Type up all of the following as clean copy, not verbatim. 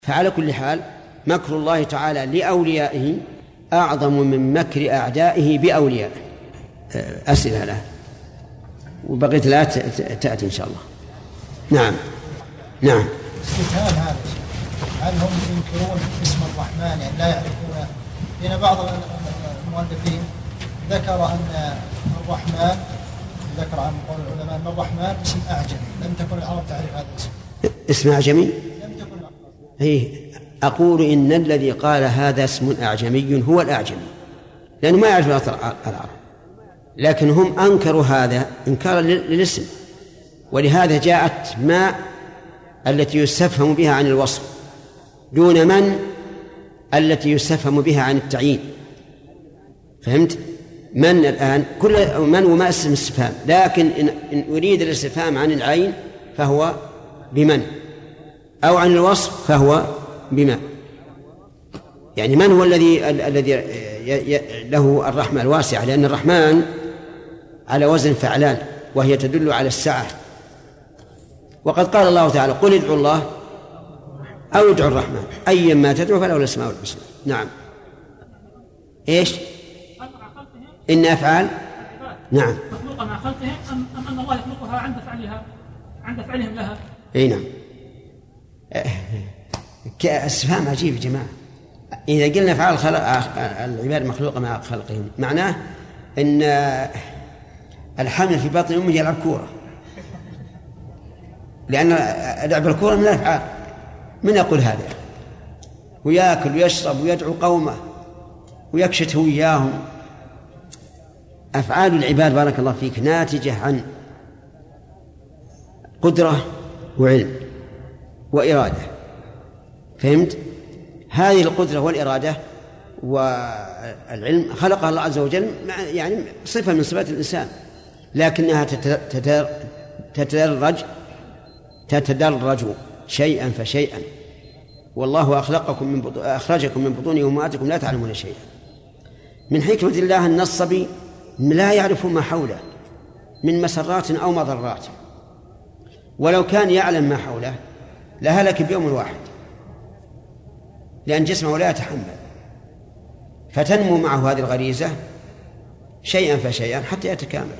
فعلى كل حال مكر الله تعالى لأوليائه أعظم من مكر أعدائه بأوليائه. أسئلة له وبقيت لا تأتي إن شاء الله. نعم نعم. استفهام هذا، هل هم ينكرون اسم الرحمن يعني لا يعرفون؟ لأن بعض المؤلفين ذكر أن الرحمن، ذكر عن قول العلماء أن الرحمن اسم أعجمي، لم تكن العرب تعرف هذا الاسم. اسم أعجمي؟ لم تكن العرب. إيه، أقول إن الذي قال هذا اسم أعجمي هو الأعجمي، لأنه ما يعرف العرب، لكن هم أنكروا هذا إنكارا للاسم، ولهذا جاءت ما التي يستفهم بها عن الوصف دون من التي يستفهم بها عن التعيين. فهمت؟ من الآن كل من وما اسم استفهام، لكن إن أريد الاستفهام عن العين فهو بمن، أو عن الوصف فهو بما. يعني من هو الذي له الرحمة الواسعة، لأن الرحمن على وزن فعلان وهي تدل على السعة. وقد قال الله تعالى قل ادعوا الله أو ادعوا الرحمن أيا ما تدعو فله الأسماء الحسنى. نعم. إيش؟ إن أفعال نعم مخلوقة مع خلقهم أم أن الله يخلقها عند فعلهم لها؟ أي نعم. استفهام عجيب يا جماعة. إذا قلنا أفعال العباد مخلوقة مع خلقهم معناه أن الحمل في بطن أمه يلعب كورة، لأن لعب الكورة من الأفعال. من يقول هذا؟ ويأكل ويشرب ويدعو قومه ويكشت وياهم. أفعال العباد بارك الله فيك ناتجة عن قدرة وعلم وإرادة. فهمت؟ هذه القدرة والإرادة والعلم خلقها الله عز وجل، يعني صفة من صفات الإنسان، لكنها تتدرج شيئا فشيئا. والله أخرجكم من بطون أمهاتكم لا تعلمون شيئا. من حكمة الله أن الصبي لا يعرف ما حوله من مسرات أو مضرات، ولو كان يعلم ما حوله لهلك بيوم واحد، لأن جسمه لا يتحمل. فتنمو معه هذه الغريزة شيئا فشيئا حتى يتكامل.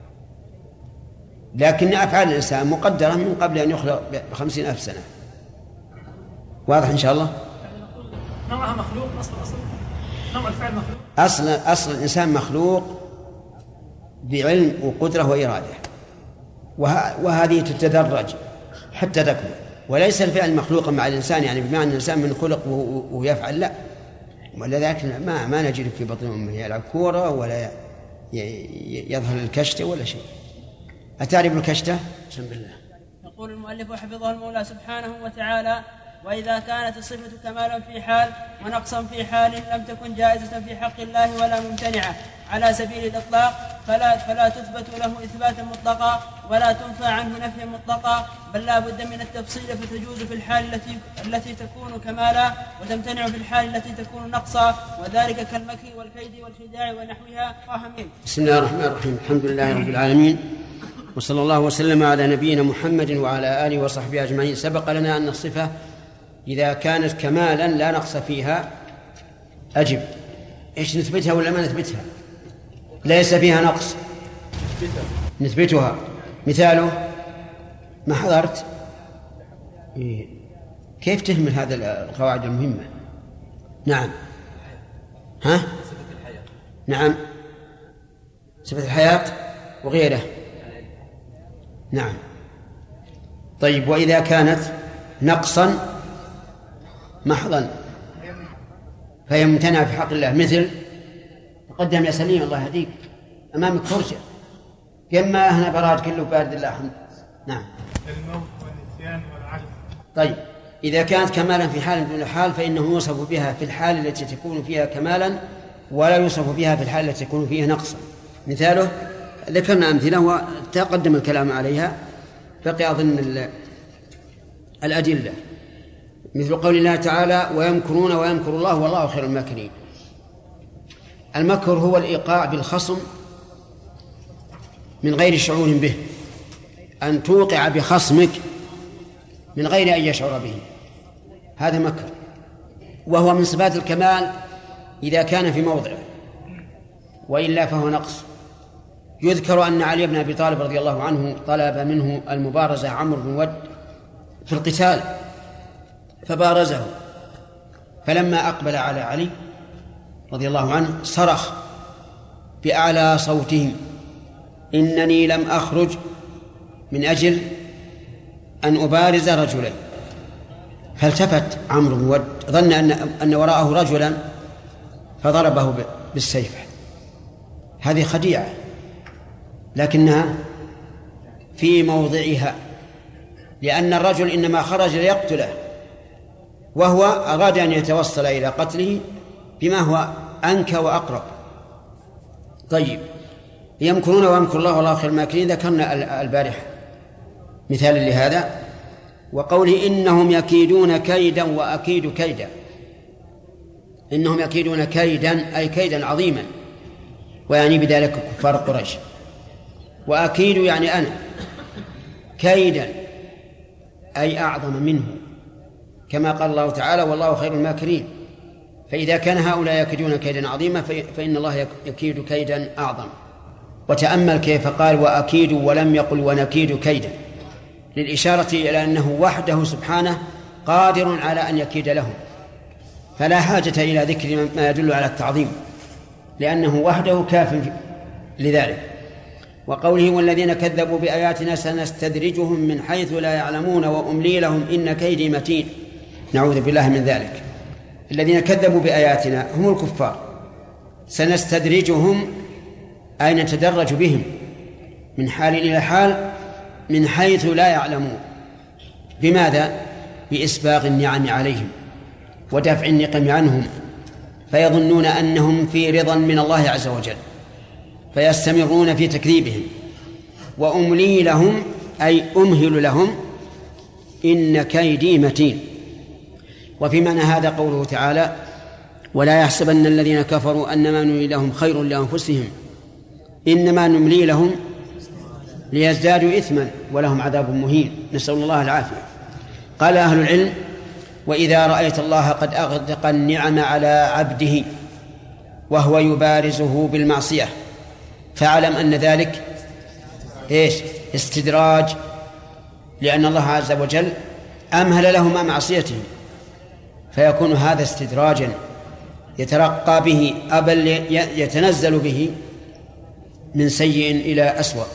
لكن أفعال الإنسان مقدرة من قبل أن يخلق ب50,000 سنة. واضح إن شاء الله؟ نوعها مخلوق، نوع الفعل مخلوق. أصل الإنسان مخلوق بعلم وقدرة وإرادة، وهذه تتدرج حتى تكمل. وليس الفعل مخلوقا مع الإنسان يعني بمعنى الإنسان من خلق ويفعل، لا. ولذلك ما نجد في بطن أمه يلعب كورة ولا يظهر الكشتة ولا شيء. أتعرف الكشتة؟ بسم الله. يقول المؤلف حفظه المولى سبحانه وتعالى: وإذا كانت الصفة كمالا في حال ونقصا في حال لم تكن جائزة في حق الله ولا ممتنعة على سبيل الإطلاق فلا تثبت له إثباتا مطلقا ولا تنفى عنه نفيا مطلقا، بل لا بد من التفصيل، فتجوز في الحال التي تكون كمالا وتمتنع في الحال التي تكون نقصا، وذلك كالمكر والكيد والخداع ونحوها. وهمين. بسم الله الرحمن الرحيم. الحمد لله رب العالمين، وصلى الله وسلم على نبينا محمد وعلى آله وصحبه أجمعين. سبق لنا أن الصفة إذا كانت كمالا لا نقص فيها أجب. إيش نثبتها ولا ما نثبتها؟ ليس فيها نقص نثبتها. مثاله ما حضرت؟ كيف تهمل هذا القواعد المهمة؟ نعم. ها؟ نعم، صفة الحياة وغيره. نعم. طيب، وإذا كانت نقصا محضا فهي ممتنعة في حق الله، مثل تقدم يا سليم الله يهديك أمامك فرجة كما هنا براد كله بارد الله الحمد. نعم. الموت والنسيان والعجز. طيب، إذا كانت كمالا في حال دون حال فإنه يوصف بها في الحال التي تكون فيها كمالا ولا يوصف بها في الحال التي تكون فيها نقصا. مثاله ذكرنا أمثلة وتقدم الكلام عليها، بقي أظن الأدلة، مثل قول الله تعالى ويمكرون ويمكر الله والله خير الماكرين. المكر هو الإيقاع بالخصم من غير شعور به، أن توقع بخصمك من غير أن يشعر به. هذا مكر، وهو من صفات الكمال إذا كان في موضعه، وإلا فهو نقص. يذكر أن علي بن أبي طالب رضي الله عنه طلب منه المبارزة عمرو بن ود في القتال فبارزه، فلما أقبل على علي رضي الله عنه صرخ بأعلى صوته: إنني لم أخرج من أجل أن أبارز رجلين. فالتفت عمرو بن ود، ظن أن وراءه رجلا فضربه بالسيف. هذه خديعة، لكنها في موضعها، لأن الرجل إنما خرج ليقتله، وهو أراد أن يتوصل إلى قتله بما هو أنكى وأقرب. طيب، يمكرون ويمكر الله والله خير الماكرين، ذكرنا البارحة مثال لهذا، وقوله إنهم يكيدون كيدا وأكيد كيدا. إنهم يكيدون كيدا أي كيدا عظيما، ويعني بذلك كفار قريش. وأكيد يعني أنا كيدا أي أعظم منه، كما قال الله تعالى: والله خير الماكرين. فإذا كان هؤلاء يكيدون كيدا عظيما فإن الله يكيد كيدا أعظم. وتأمل كيف قال وأكيد ولم يقل ونكيد كيدا، للإشارة إلى أنه وحده سبحانه قادر على أن يكيد لهم، فلا حاجة إلى ذكر ما يدل على التعظيم، لأنه وحده كاف لذلك. وقوله والذين كذبوا بآياتنا سنستدرجهم من حيث لا يعلمون وأملي لهم إن كيدي متين. نعوذ بالله من ذلك. الذين كذبوا بآياتنا هم الكفار، سنستدرجهم أي نتدرج بهم من حال إلى حال من حيث لا يعلمون. بماذا؟ بإسباغ النعم عليهم ودفع النقم عنهم، فيظنون أنهم في رضا من الله عز وجل فيستمرون في تكذيبهم. وأملي لهم أي أمهل لهم إن كيدي متين. وفي معنى هذا قوله تعالى ولا يحسبن الذين كفروا أنما نملي لهم خير لأنفسهم إنما نملي لهم ليزدادوا إثما ولهم عذاب مهين، نسأل الله العافية. قال أهل العلم وإذا رأيت الله قد أغدق النعم على عبده وهو يبارزه بالمعصية فاعلم أن ذلك استدراج، لأن الله عز وجل أمهل له مع معصيته، فيكون هذا استدراجا يترقى به بل يتنزل به من سيء إلى أسوأ.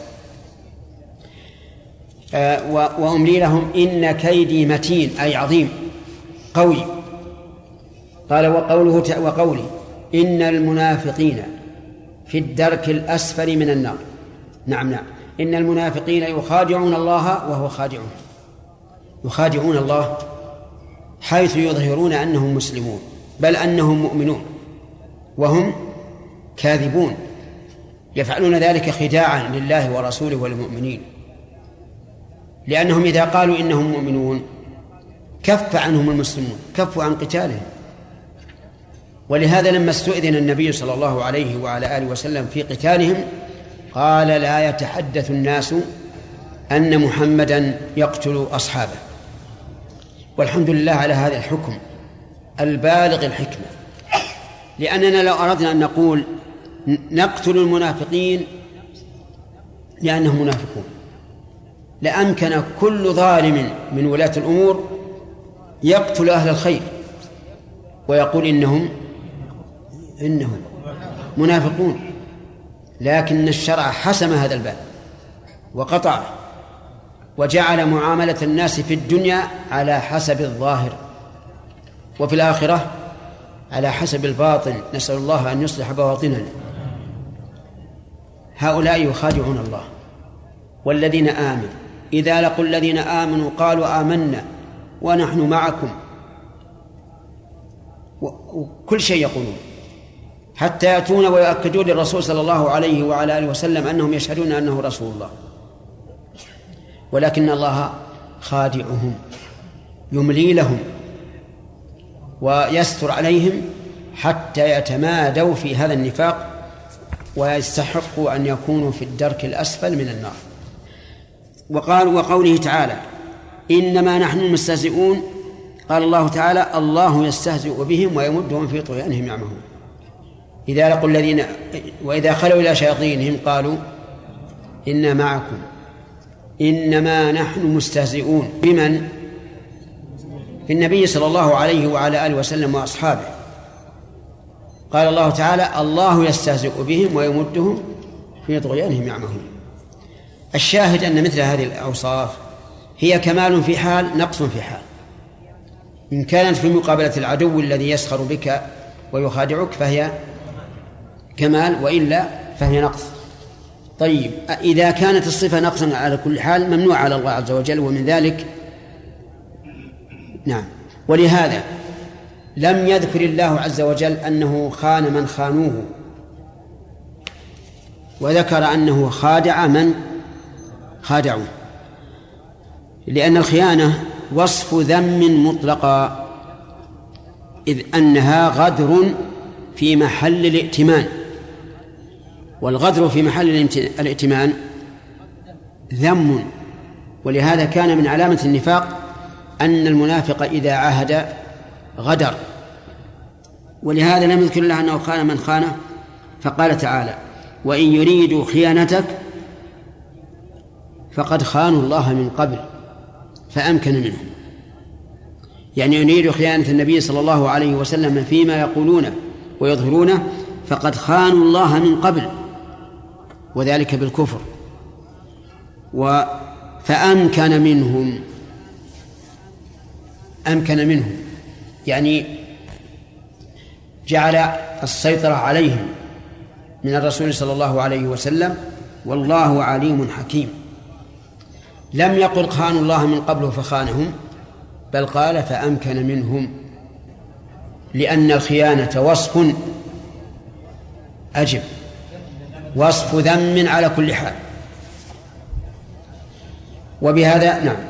وأملي لهم إن كيدي متين أي عظيم قوي. قال وقوله إن المنافقين في الدرك الأسفل من النار. نعم إن المنافقين يخادعون الله وهو خادعون، يخادعون الله حيث يظهرون أنهم مسلمون بل أنهم مؤمنون وهم كاذبون، يفعلون ذلك خداعا لله ورسوله والمؤمنين، لأنهم إذا قالوا إنهم مؤمنون كف عنهم المسلمون، كفوا عن قتالهم. ولهذا لما استؤذن النبي صلى الله عليه وعلى آله وسلم في قتالهم قال لا يتحدث الناس أن محمدا يقتل أصحابه. والحمد لله على هذا الحكم البالغ الحكمة، لأننا لو أردنا أن نقول نقتل المنافقين لأنهم منافقون لأمكن كل ظالم من ولاة الأمور يقتل أهل الخير ويقول إنهم منافقون، لكن الشرع حسم هذا الباب وقطعه وجعل معاملة الناس في الدنيا على حسب الظاهر وفي الآخرة على حسب الباطن، نسأل الله أن يصلح بواطننا. هؤلاء يخادعون الله. والذين آمنوا إذا لقوا الذين آمنوا قالوا آمنا ونحن معكم، وكل شيء يقولون حتى يأتون ويؤكدون للرسول صلى الله عليه وعلى آله وسلم أنهم يشهدون أنه رسول الله، ولكن الله خادعهم يملي لهم ويستر عليهم حتى يتمادوا في هذا النفاق ويستحقوا أن يكونوا في الدرك الأسفل من النار. وقوله تعالى إنما نحن مستهزئون قال الله تعالى الله يستهزئ بهم ويمدهم في طغيانهم يعمهون. إذا لقوا الذين وإذا خلوا إلى شياطينهم قالوا إنا معكم إنما نحن مستهزئون. بمن؟ بالنبي صلى الله عليه وعلى آله وسلم وأصحابه. قال الله تعالى الله يستهزئ بهم ويمدهم في طغيانهم يعمهون. الشاهد أن مثل هذه الأوصاف هي كمال في حال نقص في حال. إن كانت في مقابلة العدو الذي يسخر بك ويخادعك فهي كمال، وإلا فهي نقص. طيب إذا كانت الصفة نقصا على كل حال ممنوع على الله عز وجل، ومن ذلك نعم. ولهذا لم يذكر الله عز وجل أنه خان من خانوه، وذكر أنه خادع من خادعوه، لأن الخيانة وصف ذم مطلقا، إذ أنها غدر في محل الائتمان، والغدر في محل الائتمان ذم. ولهذا كان من علامة النفاق أن المنافق إذا عاهد غدر. ولهذا لم يذكر الله أنه خان من خانه، فقال تعالى وإن يريدوا خيانتك فقد خانوا الله من قبل فأمكن منهم. يعني يريد خيانة النبي صلى الله عليه وسلم فيما يقولونه ويظهرونه فقد خانوا الله من قبل، وذلك بالكفر. فأمكن منهم، أمكن منهم يعني جعل السيطرة عليهم من الرسول صلى الله عليه وسلم، والله عليم حكيم. لم يقل خانوا الله من قبل فخانهم، بل قال فأمكن منهم، لأن الخيانة وصف أجب، وصف ذم على كل حال. وبهذا نعم،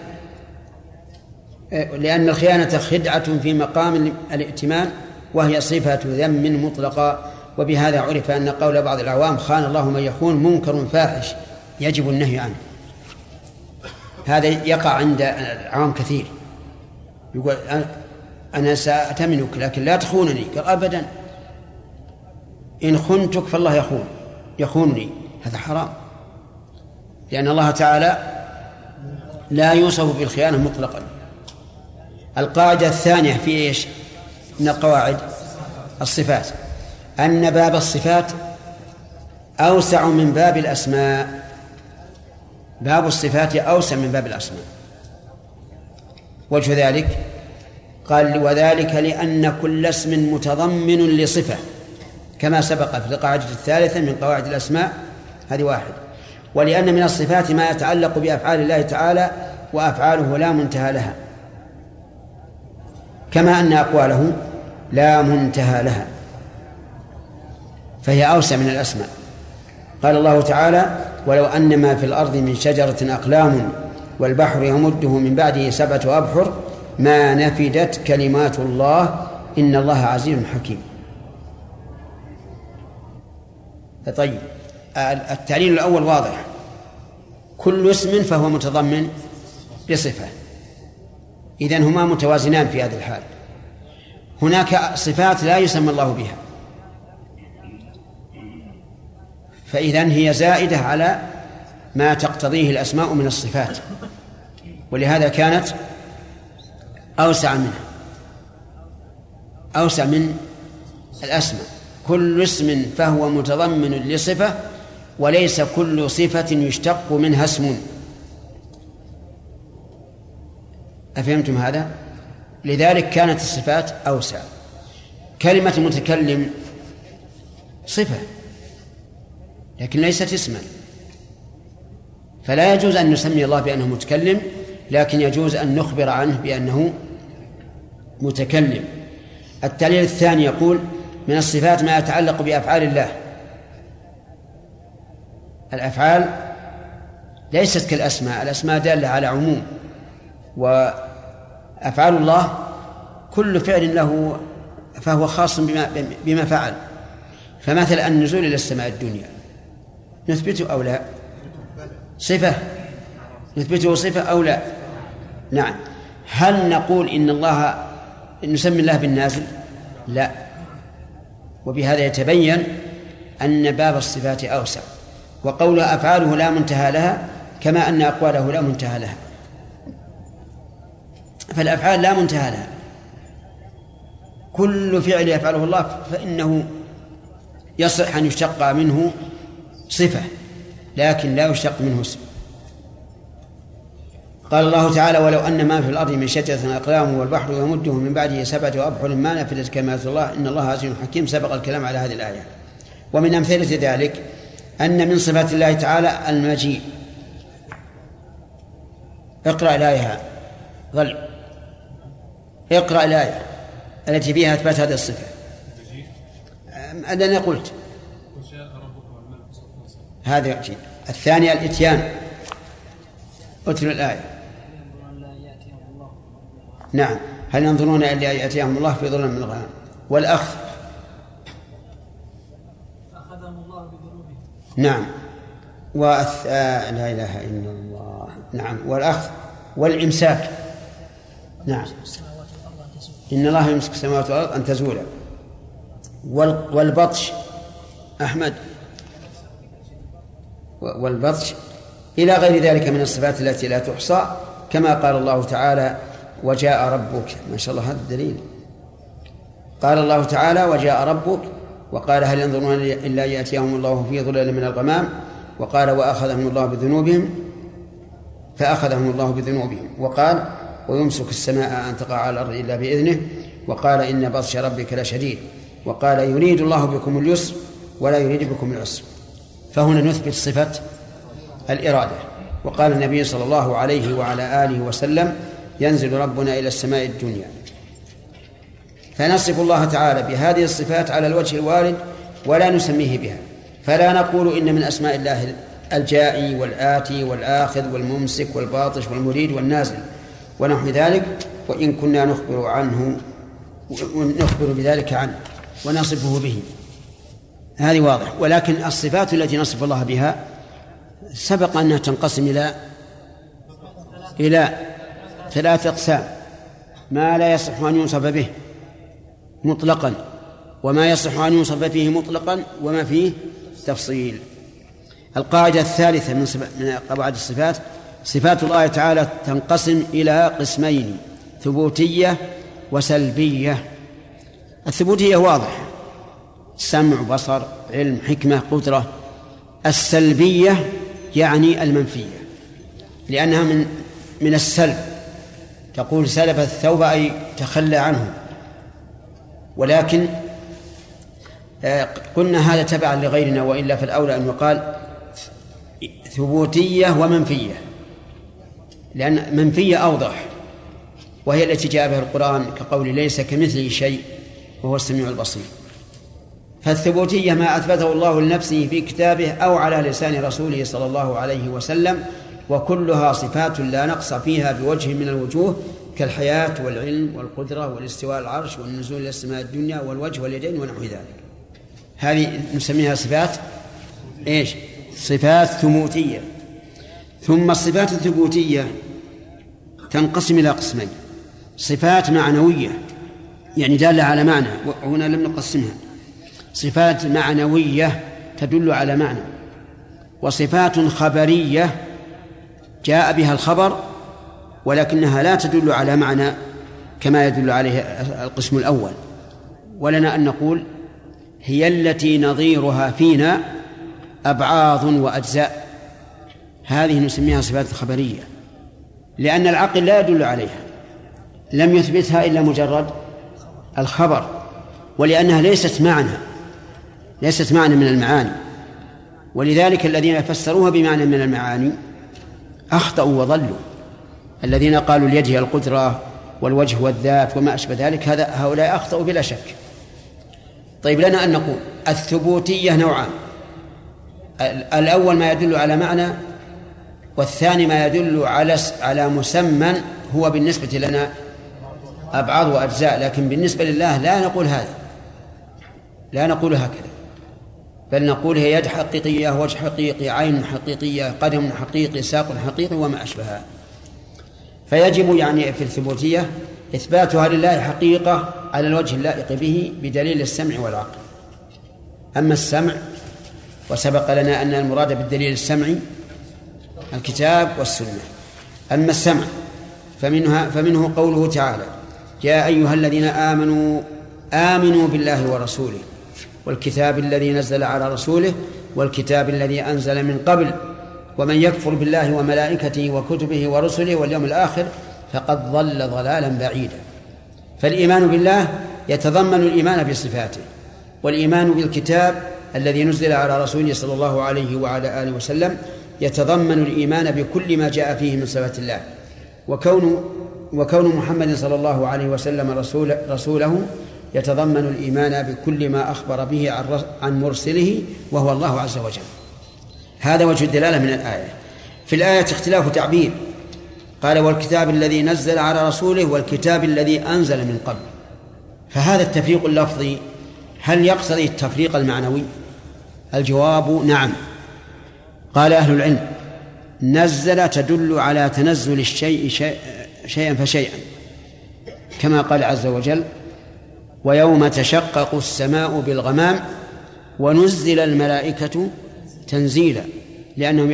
لأن الخيانة خدعة في مقام الائتمان، وهي صفة ذم مطلقة. وبهذا عرف أن قول بعض العوام خان الله من يخون منكر فاحش يجب النهي عنه. هذا يقع عند العوام كثير، يقول أنا سأتمنك لكن لا تخونني. قال أبدا، إن خنتك فالله يخونني. هذا حرام، لأن الله تعالى لا يوصف بالخيانة مطلقا. القاعدة الثانية في إيش من القواعد؟ الصفات، أن باب الصفات أوسع من باب الأسماء. باب الصفات أوسع من باب الأسماء. وجه ذلك قال وذلك لأن كل اسم متضمن لصفة، كما سبق في القاعدة الثالثة من قواعد الأسماء، هذه واحد. ولأن من الصفات ما يتعلق بأفعال الله تعالى وأفعاله لا منتهى لها، كما أن أقواله لا منتهى لها، فهي أوسع من الأسماء. قال الله تعالى ولو أن ما في الأرض من شجرة أقلام والبحر يمده من بعده 7 أبحر ما نفدت كلمات الله إن الله عزيز حكيم. طيب التعليل الأول واضح، كل اسم فهو متضمن بصفة، إذن هما متوازنان في هذا الحال. هناك صفات لا يسمى الله بها، فإذن هي زائدة على ما تقتضيه الأسماء من الصفات، ولهذا كانت أوسع منها، أوسع من الأسماء. كل اسم فهو متضمن لصفة، وليس كل صفة يشتق منها اسم. أفهمتم هذا؟ لذلك كانت الصفات أوسع. كلمة المتكلم صفة لكن ليست اسما، فلا يجوز أن نسمي الله بأنه متكلم، لكن يجوز أن نخبر عنه بأنه متكلم. التعليل الثاني يقول من الصفات ما يتعلق بأفعال الله. الأفعال ليست كالأسماء، الأسماء دالة على عموم، وأفعال الله كل فعل له فهو خاص بما فعل. فمثل النزول إلى السماء الدنيا نثبته أو لا؟ صفة، نثبته صفة أو لا؟ نعم. هل نقول إن الله نسمي الله بالنازل؟ لا. وبهذا يتبين أن باب الصفات أوسع، وقولها أفعاله لا منتهى لها كما أن أقواله لا منتهى لها. فالأفعال لا منتهى لها، كل فعل يفعله الله فإنه يصح أن يشتق منه صفة، لكن لا يشتق منه اسم. قال الله تعالى: ولو أن ما في الأرض من شجرة أقلام والبحر يمده من بعده 7 أبحر ما نفدت كلمات الله إن الله عزيز حكيم. سبق الكلام على هذه الآية. ومن أمثلة ذلك أن من صفات الله تعالى المجيء. اقرأ الآية غل اقرأ الآية التي فيها إثبات هذه الصفة. أنا قلت هذا يأتي. الثانية الإتيان. أتلو الآية. نعم. هل ينظرون إلا يأتيهم الله في ظلل من الغمام. والأخذ. أخذهم الله بذنوبهم. نعم. لا إله إلا الله. نعم. والأخذ والإمساك. نعم. إن الله يمسك السماوات والأرض أن تزولا. والبطش. أحمد. والبطش إلى غير ذلك من الصفات التي لا تحصى، كما قال الله تعالى: وجاء ربك. ما شاء الله، هذا الدليل. قال الله تعالى: وجاء ربك، وقال: هل ينظرون إلا يأتيهم الله في ظلل من الغمام، وقال: وأخذهم الله بذنوبهم فأخذهم الله بذنوبهم، وقال: ويمسك السماء أن تقع على الأرض إلا بإذنه، وقال: إن بطش ربك لشديد، وقال: يريد الله بكم اليسر ولا يريد بكم العسر. فهنا نثبت صفة الإرادة. وقال النبي صلى الله عليه وعلى آله وسلم: ينزل ربنا إلى السماء الدنيا. فنصف الله تعالى بهذه الصفات على الوجه الوارد ولا نسميه بها، فلا نقول إن من أسماء الله الجائي والآتي والآخذ والممسك والباطش والمريد والنازل ونحو ذلك، وإن كنا نخبر بذلك عنه ونصفه به. هذه واضح. ولكن الصفات التي نصف الله بها سبق أنها تنقسم إلى 3 أقسام: ما لا يصح أن يوصف به مطلقا، وما يصح أن يوصف فيه مطلقا، وما فيه تفصيل. القاعدة الثالثة من قواعد الصفات: صفات الله تعالى تنقسم إلى قسمين: ثبوتية وسلبية. الثبوتية واضح: سمع، بصر، علم، حكمة، قدرة. السلبية يعني المنفية، لأنها من السلب. تقول سلب الثوب أي تخلى عنه، ولكن قلنا هذا تبعا لغيرنا، وإلا فالأولى أن يقال ثبوتية ومنفية، لأن منفية أوضح، وهي التي جاء بها القرآن كقول ليس كمثله شيء وهو السميع البصير. فالثبوتية ما أثبته الله لنفسه في كتابه أو على لسان رسوله صلى الله عليه وسلم، وكلها صفات لا نقص فيها بوجه من الوجوه، كالحياة والعلم والقدرة والاستواء على العرش والنزول إلى السماء الدنيا والوجه واليدين ونحو ذلك. هذه نسميها صفات إيش؟ صفات ثبوتية. ثم الصفات الثبوتية تنقسم إلى قسمين: صفات معنوية يعني دالة على معنى، وهنا لم نقسمها. صفات معنوية تدل على معنى، وصفات خبرية جاء بها الخبر ولكنها لا تدل على معنى كما يدل عليه القسم الأول. ولنا أن نقول هي التي نظيرها فينا أبعاض وأجزاء. هذه نسميها صفات خبرية، لأن العقل لا يدل عليها، لم يثبتها إلا مجرد الخبر، ولأنها ليست معنى من المعاني. ولذلك الذين فسروها بمعنى من المعاني أخطأوا وضلوا. الذين قالوا اليد هي القدرة والوجه والذات وما أشبه ذلك، هؤلاء أخطأوا بلا شك. طيب، لنا أن نقول الثبوتية نوعان: الأول ما يدل على معنى، والثاني ما يدل على مسمى هو بالنسبة لنا أبعاد وأجزاء، لكن بالنسبة لله لا نقول هذا، لا نقول هكذا، بل نقول هي يد حقيقية، وجه حقيقي، عين حقيقية، قدم حقيقي، ساق حقيقي وما أشبهها. فيجب يعني في الثبوتية إثباتها لله حقيقة على الوجه اللائق به بدليل السمع والعقل. أما السمع وسبق لنا أن المراد بالدليل السمعي الكتاب والسنة. أما السمع فمنه قوله تعالى: يا أيها الذين آمنوا بالله ورسوله والكتاب الذي نزل على رسوله والكتاب الذي أنزل من قبل ومن يكفر بالله وملائكته وكتبه ورسله واليوم الآخر فقد ضل ضلالا بعيدا. فالإيمان بالله يتضمن الإيمان بصفاته، والإيمان بالكتاب الذي نزل على رسوله صلى الله عليه وعلى آله وسلم يتضمن الإيمان بكل ما جاء فيه من صفات الله. وكون محمد صلى الله عليه وسلم رسوله يتضمن الإيمان بكل ما أخبر به عن مرسله وهو الله عز وجل. هذا وجه الدلالة من الآية. في الآية اختلاف تعبير، قال: والكتاب الذي نزل على رسوله والكتاب الذي أنزل من قبل. فهذا التفريق اللفظي هل يقتضي التفريق المعنوي؟ الجواب: نعم. قال أهل العلم: نزل تدل على تنزل الشيء شيئا فشيئا، كما قال عز وجل: ويوم تشقق السماء بالغمام ونزل الملائكة تنزيلا، لأنهم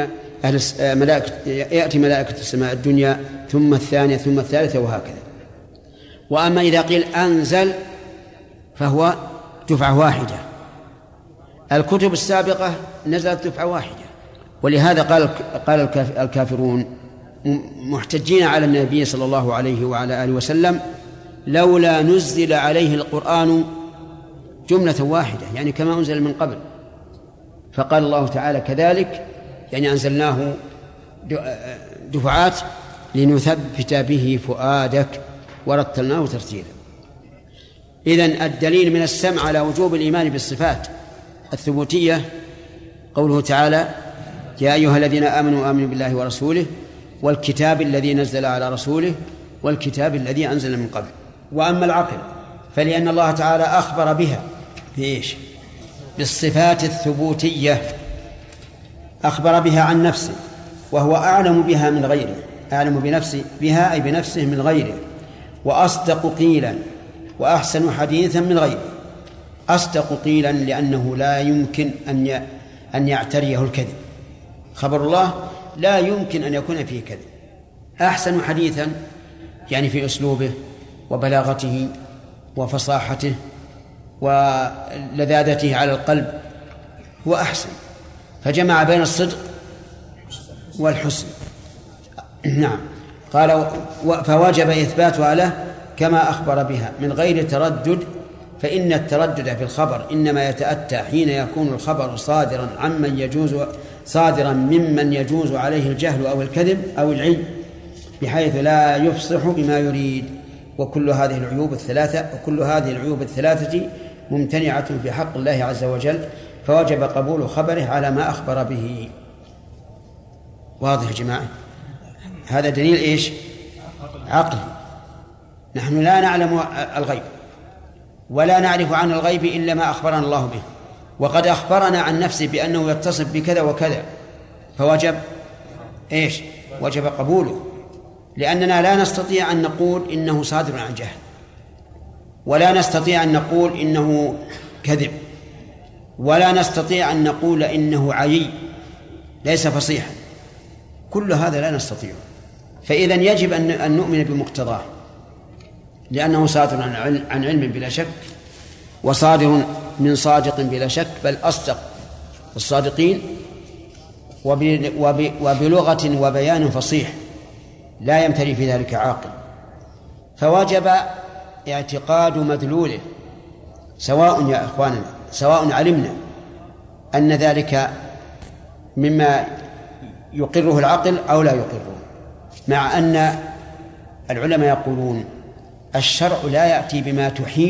يأتي ملائكة السماء الدنيا ثم الثانية ثم الثالثة وهكذا. وأما إذا قيل أنزل فهو دفعة واحدة. الكتب السابقة نزلت دفعة واحدة، ولهذا قال الكافرون محتجين على النبي صلى الله عليه وعلى آله وسلم: لولا نزل عليه القرآن جملة واحدة، يعني كما أنزل من قبل. فقال الله تعالى: كذلك، يعني أنزلناه دفعات لنثبت به فؤادك ورتلناه ترتيلا. إذن الدليل من السمع على وجوب الإيمان بالصفات الثبوتية قوله تعالى: يا أيها الذين آمنوا بالله ورسوله والكتاب الذي نزل على رسوله والكتاب الذي أنزل من قبل. وأما العقل فلأن الله تعالى أخبر بها بإيش؟ بالصفات الثبوتية، أخبر بها عن نفسه وهو أعلم بها من غيره، أعلم بنفسه بها أي بنفسه من غيره، وأصدق قيلا وأحسن حديثا من غيره. أصدق قيلا لأنه لا يمكن أن يعتريه الكذب، خبر الله لا يمكن أن يكون فيه كذب. أحسن حديثا يعني في أسلوبه وبلاغته وفصاحته ولذاذته على القلب هو أحسن، فجمع بين الصدق والحسن. نعم. قال: فوجب إثباتها له كما أخبر بها من غير تردد، فإن التردد في الخبر إنما يتأتى حين يكون الخبر صادرا ممن يجوز عليه الجهل أو الكذب أو العلم بحيث لا يفصح بما يريد. وكل هذه العيوب الثلاثة ممتنعة في حق الله عز وجل، فوجب قبول خبره على ما أخبر به. واضح يا جماعة؟ هذا دليل إيش؟ عقلي. نحن لا نعلم الغيب ولا نعرف عن الغيب إلا ما أخبرنا الله به، وقد أخبرنا عن نفسه بأنه يتصف بكذا وكذا، فوجب إيش؟ وجب قبوله، لأننا لا نستطيع أن نقول إنه صادر عن جهل، ولا نستطيع أن نقول إنه كذب، ولا نستطيع أن نقول إنه عيي ليس فصيحا. كل هذا لا نستطيع. فإذن يجب أن نؤمن بمقتضاه، لأنه صادر عن علم بلا شك، وصادر من صادق بلا شك، بل أصدق الصادقين، وبلغة وبيان فصيح لا يمتري في ذلك عاقل. فوجب اعتقاد مدلوله، سواء يا إخواننا سواء علمنا أن ذلك مما يقره العقل أو لا يقره، مع أن العلماء يقولون الشرع لا يأتي بما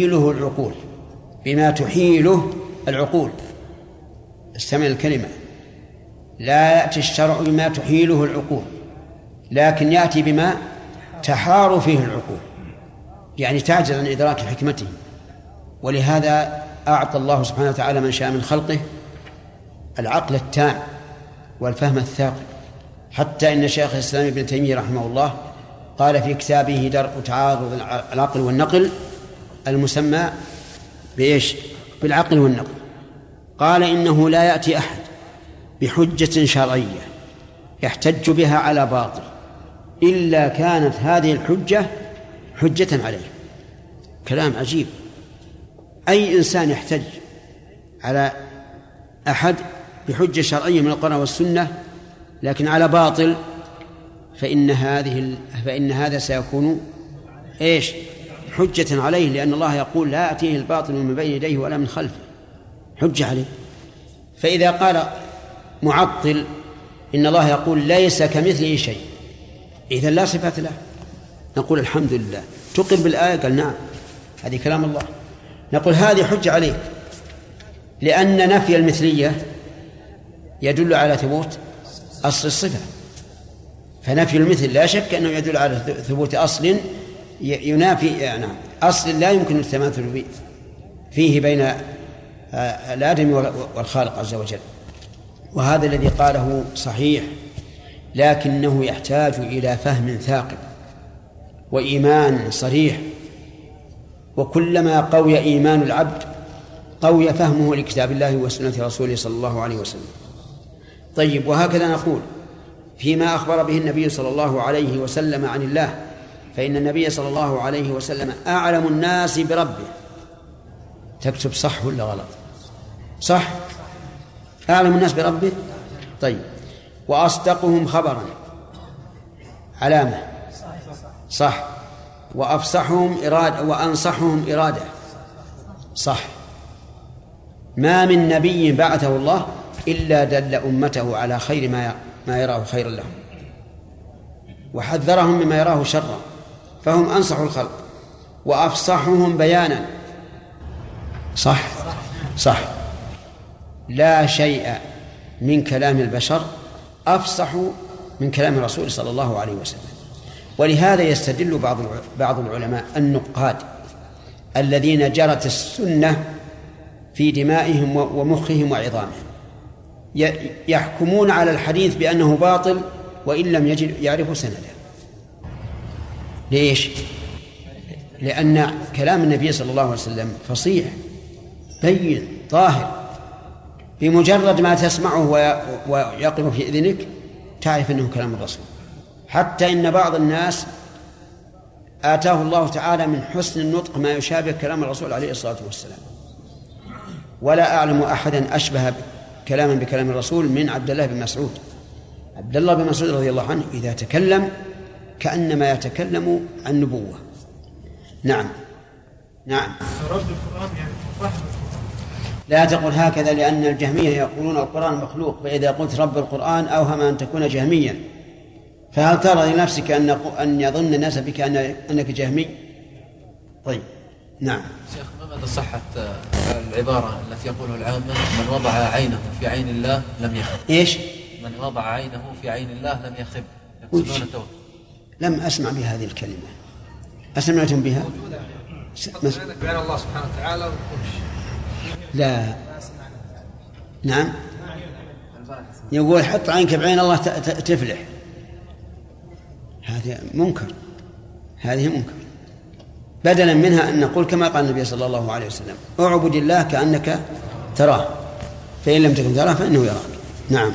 تحيله العقول، استمع الكلمة، لا يأتي الشرع بما تحيله العقول، لكن يأتي بما تحار فيه العقول، يعني تعجز عن إدراك حكمته. ولهذا أعطى الله سبحانه وتعالى من شاء من خلقه العقل التام والفهم الثاقب، حتى إن شيخ الإسلام ابن تيمية رحمه الله قال في كتابه درء تعارض العقل والنقل المسمى بإيش؟ بالعقل والنقل. قال إنه لا يأتي أحد بحجة شرعية يحتج بها على باطل إلا كانت هذه الحجة حجة عليه. كلام عجيب. أي إنسان يحتج على أحد بحجة شرعية من القرآن والسنة لكن على باطل فإن هذا سيكون إيش؟ حجة عليه، لأن الله يقول لا يأتيه الباطل من بين يديه ولا من خلفه، حجة عليه. فإذا قال معطل إن الله يقول ليس كمثله شيء، إذن لا صفات له، نقول الحمد لله. تقر بالآية؟ قال نعم، هذه كلام الله. نقول هذه حجة عليك، لأن نفي المثلية يدل على ثبوت أصل الصفة، فنفي المثل لا شك أنه يدل على ثبوت أصل ينافي أصل لا يمكن التماثل فيه بين الآدم والخالق عز وجل. وهذا الذي قاله صحيح، لكنه يحتاج إلى فهم ثاقب وإيمان صريح، وكلما قوي إيمان العبد قوي فهمه لكتاب الله وسنة رسوله صلى الله عليه وسلم. طيب، وهكذا نقول فيما أخبر به النبي صلى الله عليه وسلم عن الله، فإن النبي صلى الله عليه وسلم أعلم الناس بربه. تكتب صح ولا غلط؟ صح، أعلم الناس بربه. طيب، وأصدقهم خبرا، علامة صح، وأفصحهم إرادة وأنصحهم إرادة صح. ما من نبي بعثه الله إلا دل أمته على خير ما يراه خيرا لهم، وحذرهم مما يراه شرا، فهم أنصح الخلق وأفصحهم بيانا صح. صح، لا شيء من كلام البشر أفصح من كلام الرسول صلى الله عليه وسلم. ولهذا يستدل بعض العلماء النقاد الذين جرت السنة في دمائهم ومخهم وعظامهم، يحكمون على الحديث بأنه باطل وإن لم يعرفوا سنده. ليش؟ لأن كلام النبي صلى الله عليه وسلم فصيح بين طاهر، بمجرد ما تسمعه ويقف في إذنك تعرف أنه كلام الرسول. حتى إن بعض الناس آتاه الله تعالى من حسن النطق ما يشابه كلام الرسول عليه الصلاة والسلام، ولا أعلم أحدا أشبه كلاما بكلام الرسول من عبد الله بن مسعود. عبد الله بن مسعود رضي الله عنه إذا تكلم كأنما يتكلم عن نبوة. نعم نعم. رد القرآن يعني فهم القرآن. لا تقل هكذا، لأن الجهمية يقولون القرآن مخلوق، فإذا قلت رب القرآن أوهم أن تكون جهميا، فهل ترى لنفسك أن يظن الناس بك أنك جهمي؟ طيب نعم. شيخ، ما مدى صحة العبارة التي يقولها العامة من وضع عينه في عين الله لم يخب؟ إيش؟ من وضع عينه في عين الله لم يخب، يقصدون التوكل. لم أسمع بهذه الكلمة. أسمعتم بها؟ عينك بعين الله سبحانه وتعالى لا. نعم، يقول حط عينك بعين الله تفلح. هذا منكر، هذه منكر. بدلا منها أن نقول كما قال النبي صلى الله عليه وسلم اعبد الله كأنك تراه، فإن لم تكن تراه فإنه يراك. نعم.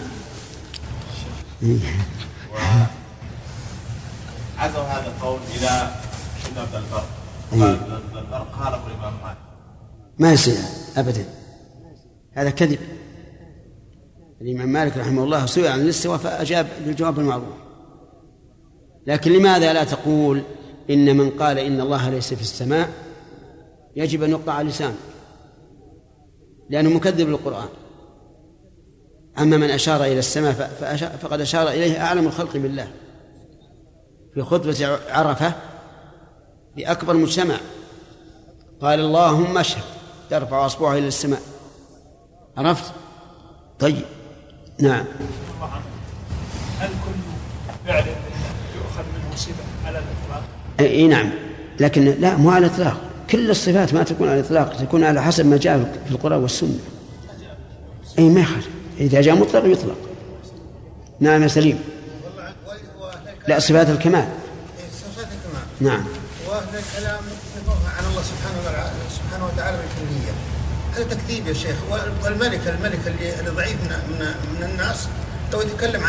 عزوا هذا القول إلى كتاب البر، قال البر قاله الإمام مالك. ما يصير أبدا، هذا كذب. الإمام مالك رحمه الله سئل عن الاستواء فأجاب بالجواب المعروف. لكن لماذا لا تقول إن من قال إن الله ليس في السماء يجب أن يقطع لسانه، لأنه مكذب للقرآن. أما من أشار إلى السماء فقد أشار إليه أعلم الخلق بالله في خطبة عرفة لأكبر مجتمع، قال اللهم اشهد، ترفع أصبعه إلى السماء. عرفت؟ طيب نعم. هل كل فعل يؤخذ منه صفة على الإطلاق؟ اي نعم، لكن لا، مو على الإطلاق. كل الصفات ما تكون على الإطلاق، تكون على حسب ما جاء في القرآن والسنة. أي ما يخالف، إذا جاء مطلق يطلق. نعم يا سليم. لا، صفات الكمال. نعم. وأهل الكلام نفوها عن الله سبحانه وتعالى بالكلية، هذا تكذيب يا شيخ. والملك اللي ضعيف من الناس لو يتكلم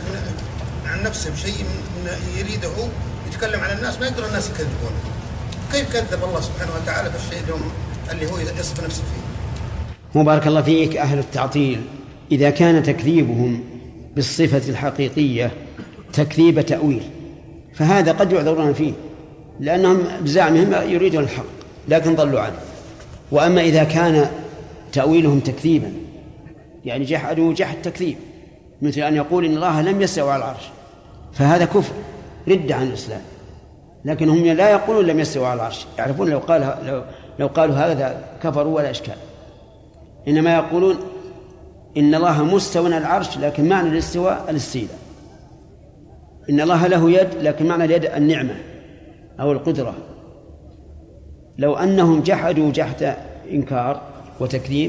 عن نفسه بشيء من يريده يتكلم عن الناس ما يقدر الناس يكذبونه. كيف كذب الله سبحانه وتعالى بالشيء اللي هو يصف نفسه فيه؟ مبارك الله فيك. أهل التعطيل إذا كان تكذيبهم بالصفة الحقيقية تكذيب تأويل فهذا قد يعذرون فيه، لأنهم بزعمهم يريدون الحق لكن ضلوا عنه. وأما إذا كان تأويلهم تكذيبا يعني جحدوا جحد تكذيب، مثل أن يقول إن الله لم يستوى على العرش، فهذا كفر ردة عن الإسلام. لكن هم لا يقولون لم يستوى على العرش، يعرفون لو قالوا هذا كفروا ولا إشكال، إنما يقولون إن الله مستوى على العرش لكن معنى الاستواء الاستيلاء، إن الله له يد لكن معنى اليد النعمة أو القدرة. لو أنهم جحدوا جحد إنكار وتكذيب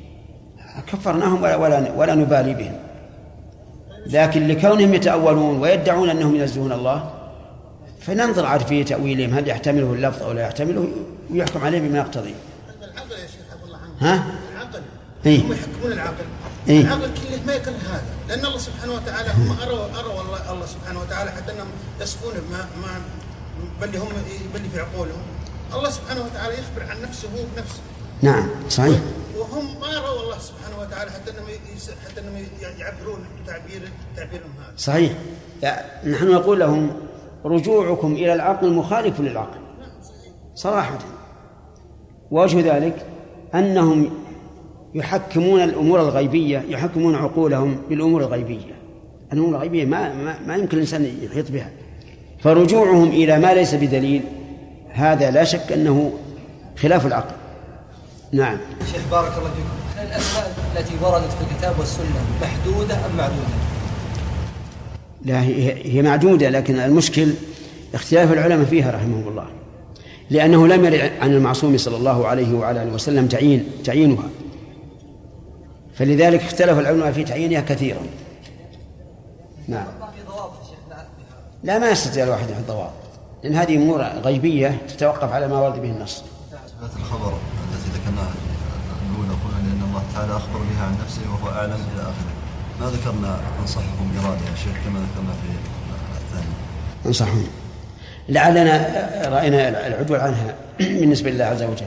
كفرناهم ولا نبالي بهم، لكن لكونهم يتأولون ويدعون أنهم ينزهون الله فننظر عاد في تأويلهم هل يحتمله اللفظ أو لا يحتمله ويحكم عليه بما يقتضي. العقل يا شيخ عبد الله ها؟ العقل إيه؟ هم يحكمون العقل. إيه؟ العقل كله ما يكره هذا، لأن الله سبحانه وتعالى هم أروا الله سبحانه وتعالى حتى أنهم يصفونه بل هم يبلي في عقولهم. الله سبحانه وتعالى يخبر عن نفسه هو بنفسه. نعم صحيح. وهم ما رأوا الله سبحانه وتعالى حتى أنهم يعبرون تعبيرهم هذا. صحيح. نحن نقول لهم رجوعكم إلى العقل مخالف للعقل صراحة. وجه ذلك أنهم يحكمون الأمور الغيبية، يحكمون عقولهم بالأمور الغيبية. الأمور الغيبية ما يمكن الإنسان يحيط بها، فرجوعهم إلى ما ليس بدليل هذا لا شك أنه خلاف العقل. نعم. شيخ بارك الله فيكم، هل الأسماء التي وردت في الكتاب والسنة محدودة أم معدودة؟ لا هي معدودة، لكن المشكل اختلاف العلماء فيها رحمهم الله، لأنه لم يرد عن المعصوم صلى الله عليه وعلى آله وسلم تعيينها، فلذلك اختلف العلماء في تعيينها كثيرا. نعم. لا ما يستطيع الواحد يحط ضوابط، لأن هذه أمور غيبية تتوقف على ما ورد به النص. الخبر التي ذكرناها الأولى قلنا أن الله تعالى أخبر بها عن نفسه وهو أعلم إلى آخره، ما ذكرنا أنصحكم إرادة يا شيخ كما ذكرنا في الثاني. أنصحهم لعلنا رأينا العدول عنها بالنسبة لله عز وجل.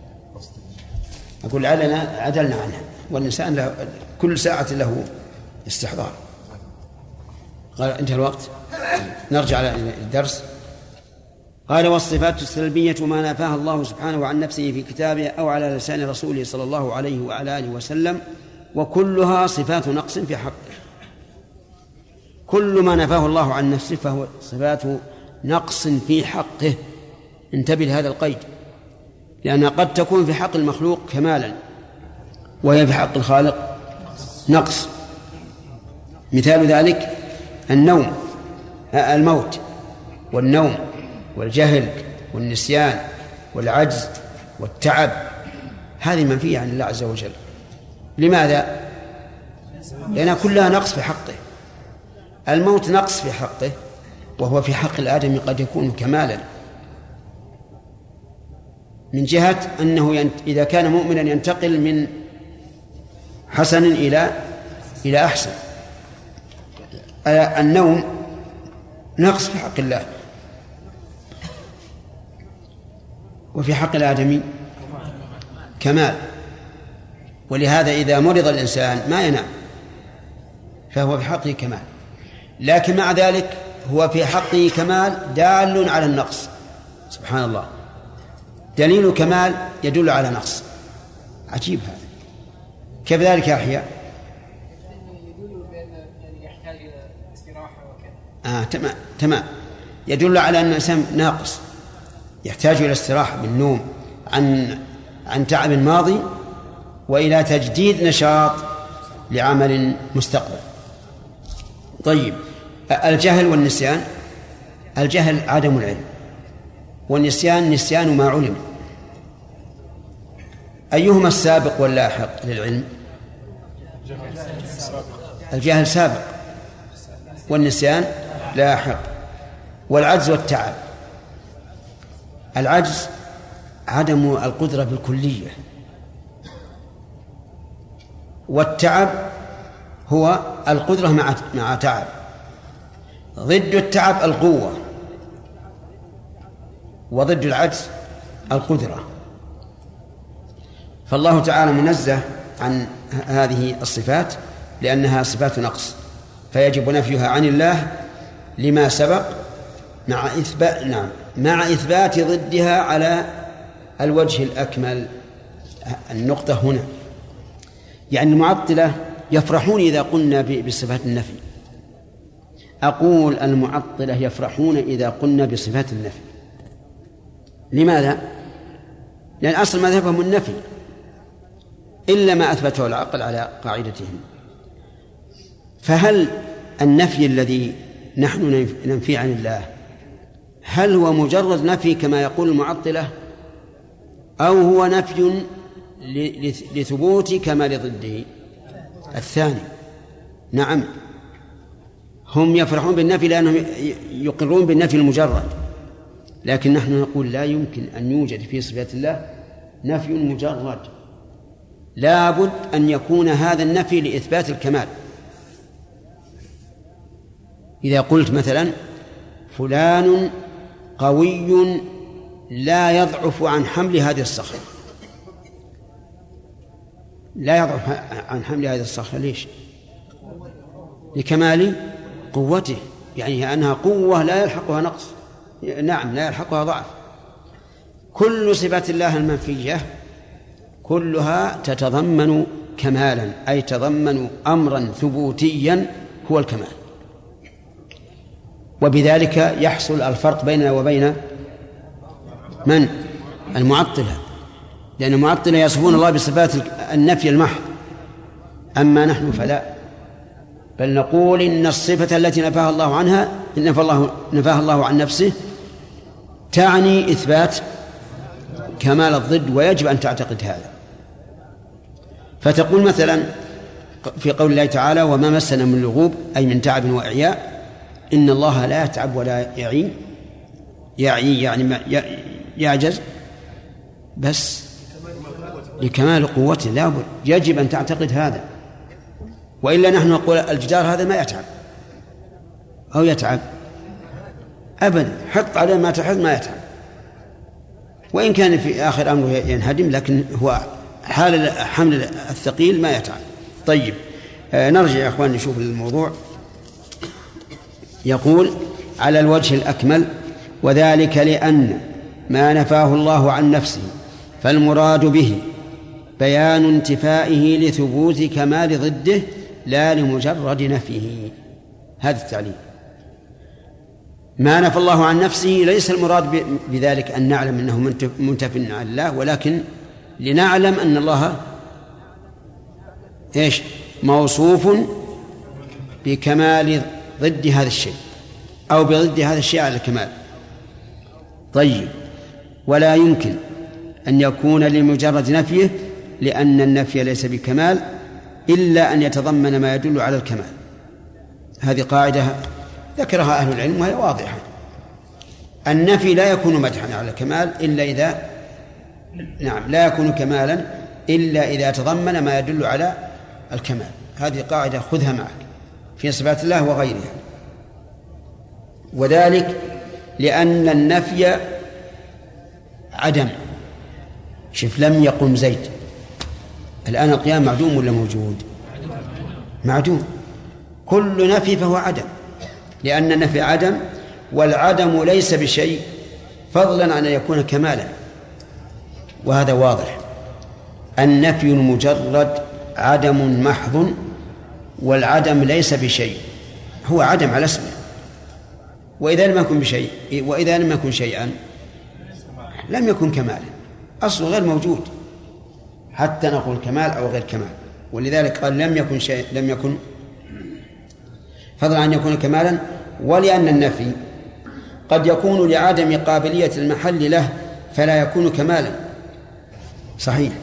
أقول لعلنا عدلنا عنها، والإنسان له كل ساعة له استحضار. قال انتهى الوقت، نرجع إلى الدرس. قال والصفات السلبية ما نفاها الله سبحانه عن نفسه في كتابه أو على لسان رسوله صلى الله عليه وعلى آله وسلم، وكلها صفات نقص في حقه. كل ما نفاه الله عن نفسه فهو صفات نقص في حقه. انتبه لهذا القيد، لأنها قد تكون في حق المخلوق كمالا وهي في حق الخالق نقص. مثال ذلك الموت والنوم والجهل والنسيان والعجز والتعب، هذه منفية عن الله عز وجل. لماذا؟ لأنها كلها نقص في حقه. الموت نقص في حقه، وهو في حق الآدمي قد يكون كمالا، من جهة أنه إذا كان مؤمنا ينتقل من حسن إلى أحسن. النوم نقص في حق الله، وفي حق الآدمي كمال. ولهذا إذا مرض الإنسان ما ينام فهو في حقه كمال، لكن مع ذلك هو في حقه كمال دال على النقص. سبحان الله، دليل كمال يدل على نقص. عجيب هذا. كيف ذلك يا أحياء؟ يدل بأن يحتاج إلى استراحة وكذا. تمام. يدل على أن الإنسان ناقص يحتاج إلى استراحة بالنوم عن تعب ماضي وإلى تجديد نشاط لعمل مستقبل. طيب، الجهل والنسيان. الجهل عدم العلم، والنسيان نسيان ما علم. أيهما السابق واللاحق للعلم؟ الجهل سابق والنسيان لاحق. والعجز والتعب العجز عدم القدرة بالكلية، والتعب هو القدرة مع تعب. ضد التعب القوة، وضد العجز القدرة. فالله تعالى منزه عن هذه الصفات لأنها صفات نقص، فيجب نفيها عن الله لما سبق مع إثبات ضدها على الوجه الأكمل. النقطة هنا يعني المعطلة يفرحون إذا قلنا بصفات النفي. أقول المعطلة يفرحون إذا قلنا بصفات النفي. لماذا؟ لأن أصل مذهبهم النفي إلا ما أثبته العقل على قاعدتهم. فهل النفي الذي نحن ننفي عن الله هل هو مجرد نفي كما يقول المعطلة، أو هو نفي لثبوت كمال ضده؟ الثاني. نعم، هم يفرحون بالنفي لأنهم يقرون بالنفي المجرد، لكن نحن نقول لا يمكن أن يوجد في صفات الله نفي مجرد، لا بد أن يكون هذا النفي لإثبات الكمال. إذا قلت مثلا فلان قوي لا يضعف عن حمل هذه الصخرة، لا يضعف عن حمل هذه الصخرة، ليش؟ لكمال قوته، يعني أنها قوة لا يلحقها نقص، نعم لا يلحقها ضعف. كل صفات الله المنفية كلها تتضمن كمالا، أي تضمن أمرا ثبوتيا هو الكمال، وبذلك يحصل الفرق بيننا وبين من؟ المعطلة، لأن المعطلة يصفون الله بصفات النفي المحض، أما نحن فلا، بل نقول إن الصفة التي نفاها الله عنها نفاها الله عن نفسه تعني إثبات كمال الضد، ويجب أن تعتقد هذا. فتقول مثلا في قول الله تعالى وما مسنا من لغوب، أي من تعب وإعياء، إن الله لا يتعب ولا يعي يعني يعجز، بس لكمال قوته، لا بد يجب أن تعتقد هذا، وإلا نحن نقول الجدار هذا ما يتعب أو يتعب أبدا، حط عليه ما تحط ما يتعب، وإن كان في آخر أمره ينهدم، لكن هو حال حمل الثقيل ما يتعب. طيب نرجع يا أخوان نشوف الموضوع. يقول على الوجه الأكمل وذلك لأن ما نفاه الله عن نفسه فالمراد به بيان انتفائه لثبوت كمال ضده لا لمجرد نفيه. هذا التعليل. ما نفى الله عن نفسه ليس المراد بذلك أن نعلم أنه منتف عن الله، ولكن لنعلم أن الله موصوف بكمال ضد هذا الشيء أو بضد هذا الشيء على الكمال. طيب، ولا يمكن أن يكون لمجرد نفيه، لأن النفي ليس بكمال إلا أن يتضمن ما يدل على الكمال. هذه قاعدة ذكرها أهل العلم وهي واضحة. النفي لا يكون مدحا على الكمال إلا إذا لا يكون كمالا إلا إذا تضمن ما يدل على الكمال. هذه قاعدة خذها معك في صفات الله وغيرها. وذلك لأن النفي عدم. شوف، لم يقم زيد، الآن القيام معدوم ولا موجود؟ معدوم. كل نفي فهو عدم، لأن النفي عدم، والعدم ليس بشيء فضلا عن أن يكون كمالا، وهذا واضح. النفي المجرد عدم محض، والعدم ليس بشيء، هو عدم على اسمه. وإذا لم يكن بشيء، وإذا لم يكن شيئا لم يكن كمالا، أصله غير موجود حتى نقول كمال أو غير كمال. ولذلك قال لم يكن شيء، لم يكن فضلا عن يكون كمالا. ولأن النفي قد يكون لعدم قابلية المحل له فلا يكون كمالا. صحيح،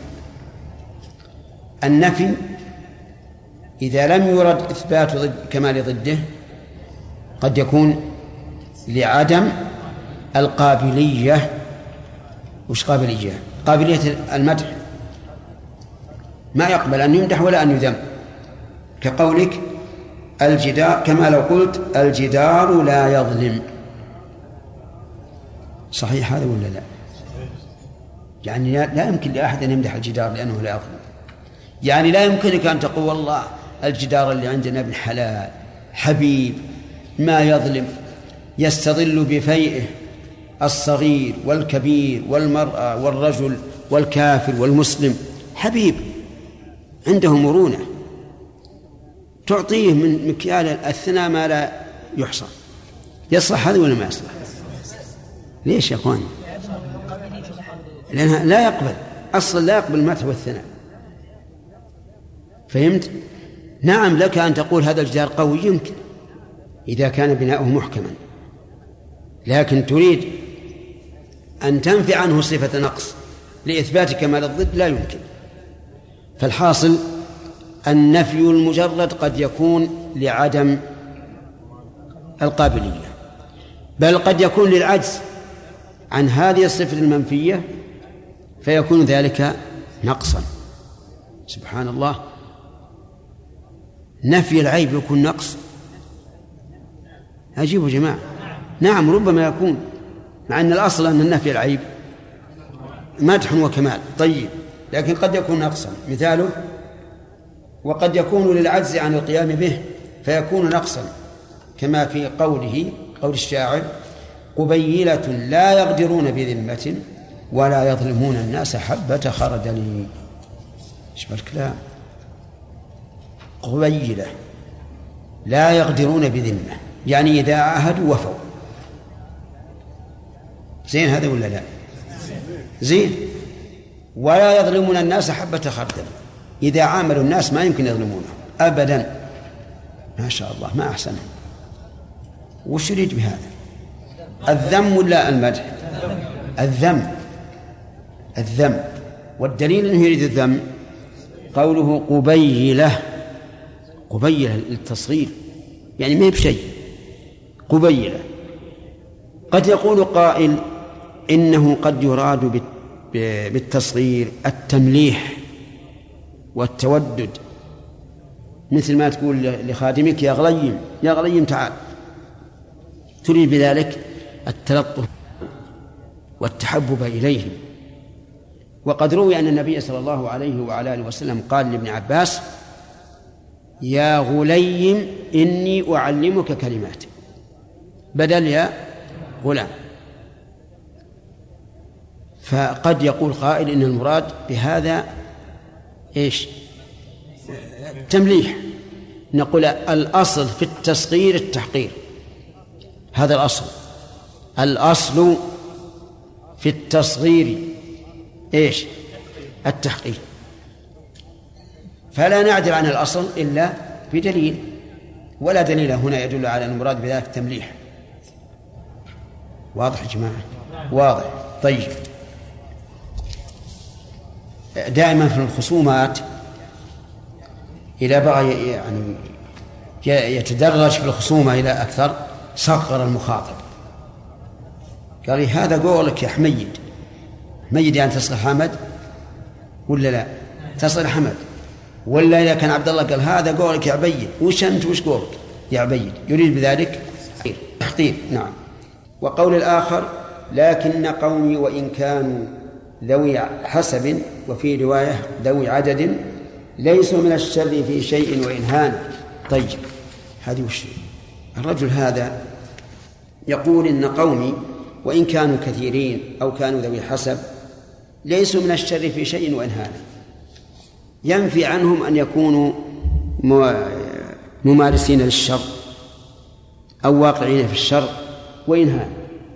النفي إذا لم يرد إثبات كمال ضده قد يكون لعدم القابلية وش قابلية؟ قابلية المدح ما يقبل أن يمدح ولا أن يذم، كقولك الجدار، كما لو قلت الجدار لا يظلم. صحيح هذا ولا لا؟ يعني لا يمكن لأحد أن يمدح الجدار لأنه لا يظلم. يعني لا يمكنك أن تقول والله الجدار اللي عندنا ابن حلال حبيب ما يظلم، يستظل بفيئه الصغير والكبير والمرأة والرجل والكافر والمسلم، حبيب عنده مرونة، تعطيه من مكيال الثناء ما لا يحصى. يصلح هذا ولا ما يصلح؟ ليش يا أخوان؟ لأنها لا يقبل، أصلا لا يقبل المدح والثناء. فهمت؟ نعم لك أن تقول هذا الجدار قوي يمكن إذا كان بناؤه محكما، لكن تريد أن تنفي عنه صفة نقص لإثبات كمال الضد لا يمكن. فالحاصل النفي المجرد قد يكون لعدم القابلية، بل قد يكون للعجز عن هذه الصفة المنفية فيكون ذلك نقصا. سبحان الله، نفي العيب يكون نقص؟ أجيبوا جماعة. نعم ربما يكون، مع أن الأصل أن النفي العيب مدح وكمال. طيب، لكن قد يكون نقصا. مثاله وقد يكون للعجز عن القيام به فيكون نقصا، كما في قوله قول الشاعر قبيلة لا يقدرون بذمة ولا يظلمون الناس حبة خردل. شوف الكلام، قبيلة لا يقدرون بذمة، يعني إذا عاهدوا وفوا. زين هذا ولا لا؟ زين. ولا يظلمون الناس حبة خردل، إذا عاملوا الناس ما يمكن يظلمونه أبدا. ما شاء الله، ما أحسنه. وش يريد بهذا؟ الذم ولا المدح؟ الذم. الذم، والدليل أنه يريد الذم قوله قبيلة. قبيلة للتصغير، يعني ما بشيء. قبيلة. قد يقول قائل إنه قد يراد بالتصغير التمليح والتودد، مثل ما تقول لخادمك يا غليم يا غليم تعال، تريد بذلك التلطف والتحبب إليهم. وقد روي أن النبي صلى الله عليه وعلى آله وسلم قال لابن عباس يا غليم إني أعلمك كلمات، بدل يا غلام. فقد يقول قائل إن المراد بهذا إيش؟ تمليح. نقول الأصل في التصغير التحقير، هذا الأصل. الأصل في التصغير إيش؟ التحقير. فلا نعدل عن الأصل إلا بدليل، ولا دليل هنا يدل على أن المراد بذلك التمليح. واضح يا جماعة؟ واضح. طيب، دائما في الخصومات إذا بغى يعني يتدرج في الخصومة إلى أكثر صغر المخاطب، قال هذا قولك يا حميد. حميد يعني تصل حمد ولا لا؟ تصل حمد. ولا إذا كان عبد الله قال هذا قولك يا عبيد، وش أنت وش قولك يا عبيد، يريد بذلك تحقير. نعم. وقول الآخر لكن قومي وإن كانوا ذوي حسب، وفي رواية ذوي عدد، ليسوا من الشر في شيء وإن هان. طيب، هذه وش؟ الرجل هذا يقول إن قومي وإن كانوا كثيرين أو كانوا ذوي حسب ليسوا من الشر في شيء وإن هان، ينفي عنهم أن يكونوا ممارسين للشر أو واقعين في الشر وإن هان.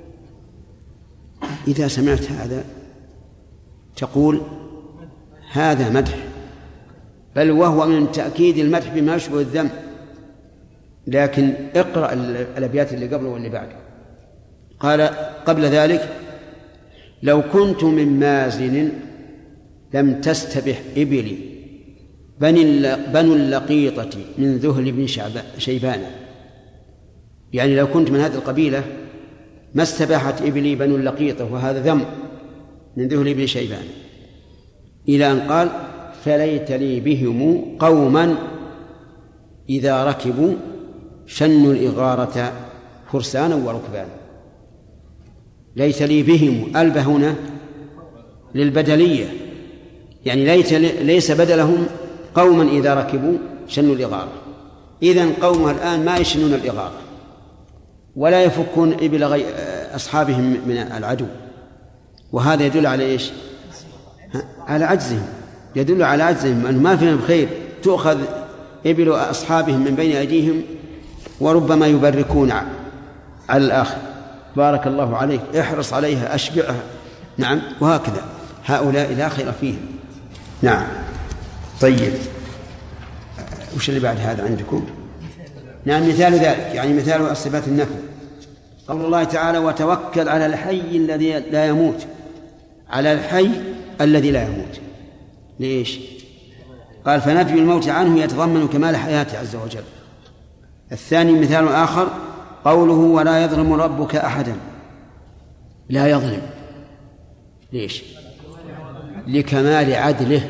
إذا سمعت هذا تقول هذا مدح، بل وهو من تأكيد المدح بما يشبه الذم. لكن اقرأ الأبيات اللي قبله واللي بعده. قال قبل ذلك لو كنت من مازن لم تستبح إبلي بنو اللقيطة من ذهل بن شيبان، يعني لو كنت من هذه القبيلة ما استباحت إبلي بنو اللقيطة، وهذا ذم من ذهل ابن شيبان، إلى أن قال فليت لي بهم قوما إذا ركبوا شنوا الإغارة فرسانا وركبانا. ليت لي بهم، ألب هنا للبدلية، يعني ليس بدلهم قوما إذا ركبوا شنوا الإغارة. إذن قومها الآن ما يشنون الإغارة ولا يفكون إبل أصحابهم من العدو، وهذا يدل على إيش؟ على عجزهم، يدل على عجزهم، أنه ما فيهم خير، تؤخذ إبل أصحابهم من بين أيديهم وربما يبركون على الآخر. بارك الله عليك، احرص عليها، أشبعها. نعم، وهكذا هؤلاء لا خير فيهم. نعم. طيب، وش اللي بعد هذا عندكم؟ نعم، مثال ذلك يعني مثال الصفات النفي قول الله تعالى وتوكل على الحي الذي لا يموت. على الحي الذي لا يموت، ليش؟ قال فنفي الموت عنه يتضمن كمال حياته عز وجل. الثاني مثال آخر قوله ولا يظلم ربك أحدا. لا يظلم، ليش؟ لكمال عدله،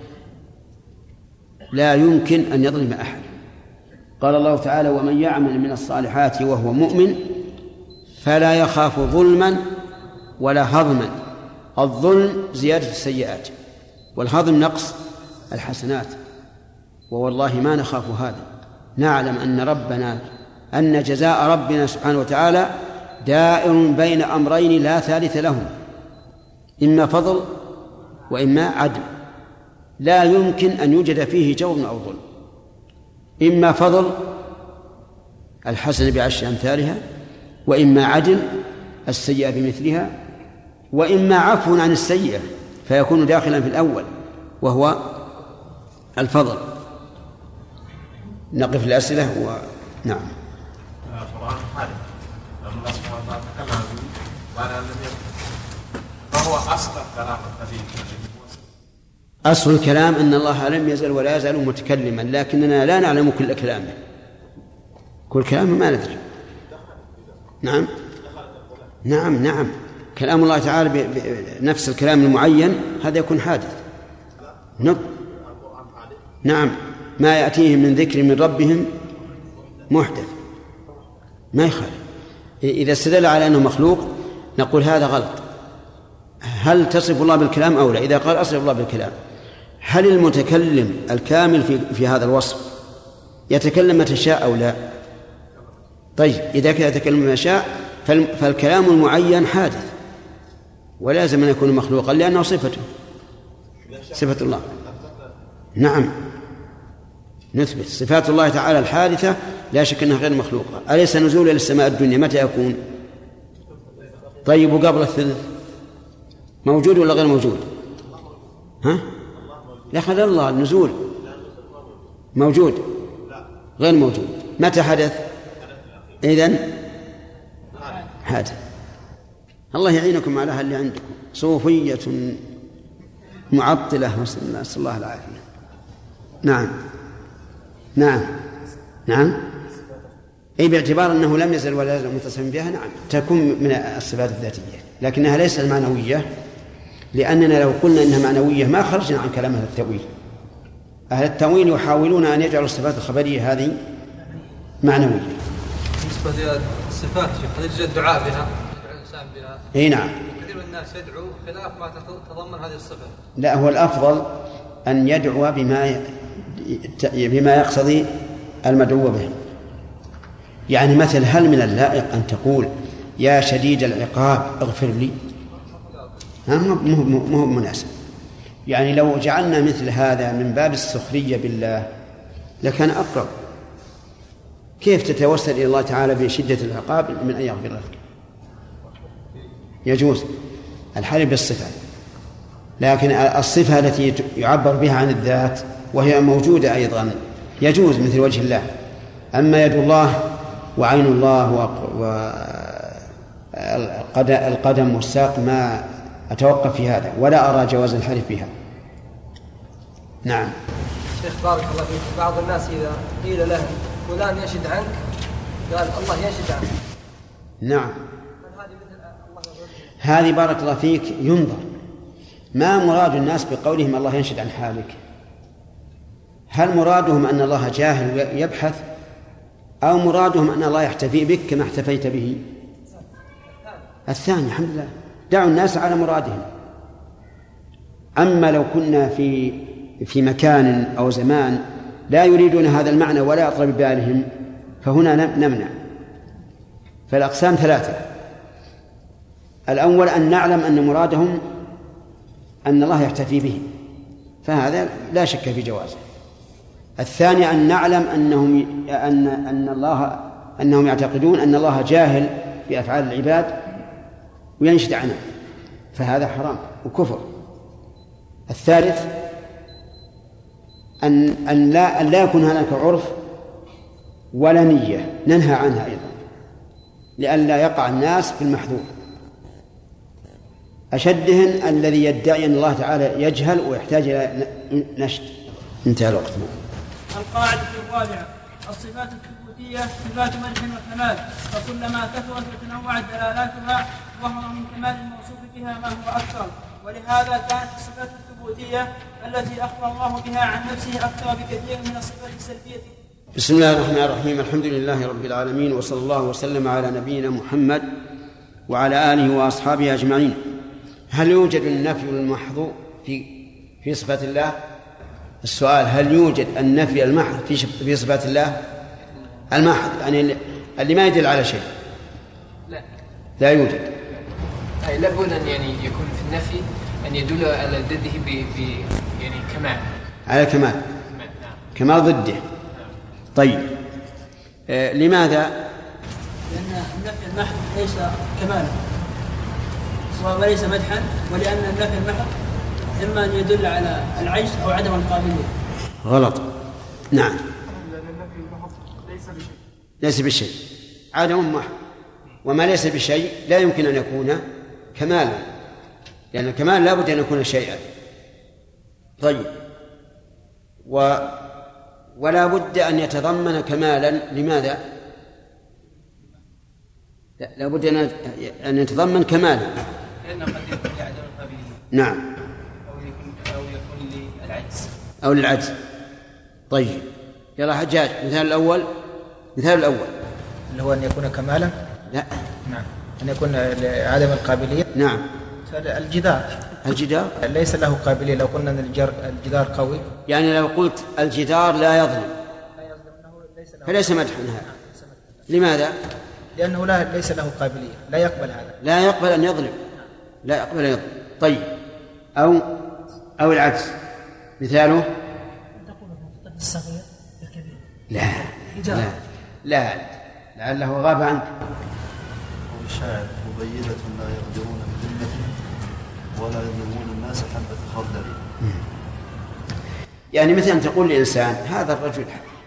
لا يمكن أن يظلم أحد. قال الله تعالى ومن يعمل من الصالحات وهو مؤمن فلا يخاف ظلما ولا هضما. الظلم زيادة السيئات، والهضم نقص الحسنات، ووالله ما نخاف هذا. نعلم أن جزاء ربنا سبحانه وتعالى دائر بين أمرين لا ثالث لهم، إما فضل وإما عدل، لا يمكن أن يوجد فيه جور أو ظلم. إما فضل الحسن بعشر أمثالها، وإما عدل السيئة بمثلها، وإما عفو عن السيئة فيكون داخلا في الأول وهو الفضل. نقف الأسئلة نعم. القرآن حادث، الله سبحانه وتعالى تكلم وأنا لم يكن، فهو أصل الكلام الذي أصل الكلام أن الله لم يزل ولا يزال متكلما، لكننا لا نعلم كل كلامه، كل كلامه ما ندري. نعم نعم نعم، كلام الله تعالى بنفس الكلام المعين هذا يكون حادث. نعم، ما يأتيهم من ذكر من ربهم محدث، ما يخالف. إذا استدل على أنه مخلوق نقول هذا غلط. هل تصف الله بالكلام أو لا؟ إذا قال أصف الله بالكلام، هل المتكلم الكامل في هذا الوصف يتكلم متى شاء أو لا؟ طيب، إذا كان يتكلم متى شاء فالكلام المعين حادث، ولازم أن يكون مخلوقا لأنه صفة الله. نعم، نثبت صفات الله تعالى الحادثة لا شك أنها غير مخلوقة. أليس نزول إلى السماء الدنيا متى يكون؟ طيب، وقبل الثلث موجود ولا غير موجود؟ ها؟ لا خلال الله، النزول موجود غير موجود. متى حدث؟ إذن حادث. الله يعينكم على اللي عندكم صوفية معطلة، نسأل الله العافية. نعم نعم نعم، أي باعتبار أنه لم يزل ولا يزل متصفا بها، نعم تكون من الصفات الذاتية، لكنها ليست المعنوية، لأننا لو قلنا إنها معنوية ما خرجنا عن كلام أهل التأويل. أهل التأويل يحاولون أن يجعلوا الصفات الخبرية هذه معنوية. بالنسبة للصفات هل يجوز الدعاء بها؟ الإنسان بها؟ أي نعم. كثير من الناس يدعو خلاف ما تتضمن هذه الصفة. لا، هو الأفضل أن يدعو بما يقتضي المدعو به. يعني مثل هل من اللائق أن تقول يا شديد العقاب اغفر لي؟ مو مناسب. يعني لو جعلنا مثل هذا من باب السخرية بالله لكان أقرب. كيف تتوسل إلى الله تعالى بشدة العقاب من أن يغفر لك؟ يجوز الحلف بالصفة، لكن الصفة التي يعبر بها عن الذات وهي موجودة أيضا يجوز، مثل وجه الله. أما يد الله وعين الله والقدم والساق ما أتوقف في هذا، ولا أرى جواز الحلف بها. نعم. شيخ بارك الله فيك، بعض الناس إذا قيل له فلان يشهد عنك قال الله يشهد عنك. نعم، هذه بارك الله فيك ينظر، ما مراد الناس بقولهم الله ينشد عن حالك؟ هل مرادهم أن الله جاهل يبحث، أو مرادهم أن الله يحتفي بك كما احتفيت به؟ الثاني. الحمد لله، دعوا الناس على مرادهم. أما لو كنا في مكان أو زمان لا يريدون هذا المعنى ولا يطلب ببالهم فهنا نمنع. فالأقسام ثلاثة: الأول أن نعلم أن مرادهم أن الله يحتفي به، فهذا لا شك في جوازه. الثاني أن نعلم أنهم يعتقدون أن الله جاهل بأفعال العباد وينشد عنه، فهذا حرام وكفر. الثالث أن لا يكون هناك عرف ولا نية ننهى عنها أيضا، لئلا يقع الناس في المحذور. أشدهن الذي يدعي أن الله تعالى يجهل ويحتاج إلى نشد. انتهى الوقت. القاعدة الرابعة: الصفات الثبوتية صفات مدح وكمال، فكلما كثرت وتنوعت دلالاتها ظهر من كمال الموصوف بها ما هو أكثر، ولهذا كانت الصفات الثبوتية التي أخبر الله بها عن نفسه أكثر بكثير من الصفات السلبية. بسم الله الرحمن الرحيم. الحمد لله رب العالمين، وصلى الله وسلم على نبينا محمد وعلى آله وأصحابه أجمعين. هل يوجد النفي المحض في صفات الله؟ السؤال: هل يوجد النفي المحض في صفات الله؟ المحض يعني اللي ما يدل على شيء. لا يوجد. أي لابد أن يكون في النفي أن يدل على ضده كمال. على كمال. كمال ضده. طيب لماذا؟ لأن النفي المحض ليس كمالا وليس مدحا، ولأن النفي المحض إما أن يدل على العجز أو عدم القابلية. غلط. نعم. لأن النفي المحض ليس بشيء، عدم محض، وما ليس بشيء لا يمكن أن يكون كمالا، لأن الكمال لا بد أن يكون شيئا. طيب، ولا بد أن يتضمن كمالا. لماذا؟ لا بد أن يتضمن كمالا، لأنه قد يكون لعدم القابلية. نعم. أو يكون للعجز. أو للعجز. طيب يلا حجاج، مثال الأول اللي هو أن يكون كمالا. لا. نعم. أن يكون لعدم القابلية. نعم. الجدار ليس له قابلية. لو قلنا أن الجدار قوي، يعني لو قلت الجدار لا يظلم فليس مدحا هذا. لماذا؟ لأنه ليس له قابلية، لا يقبل هذا، لا يقبل أن يظلم، لا يقبل أن يظلم. طيب، أو العكس، مثاله الصغير الكبير. لا لعله غاب عنك. وبالشاعر: مبينة لا يقدرون بذمة ولا يظلمون الناس حبة خردل. يعني مثلا تقول لإنسان: هذا الرجل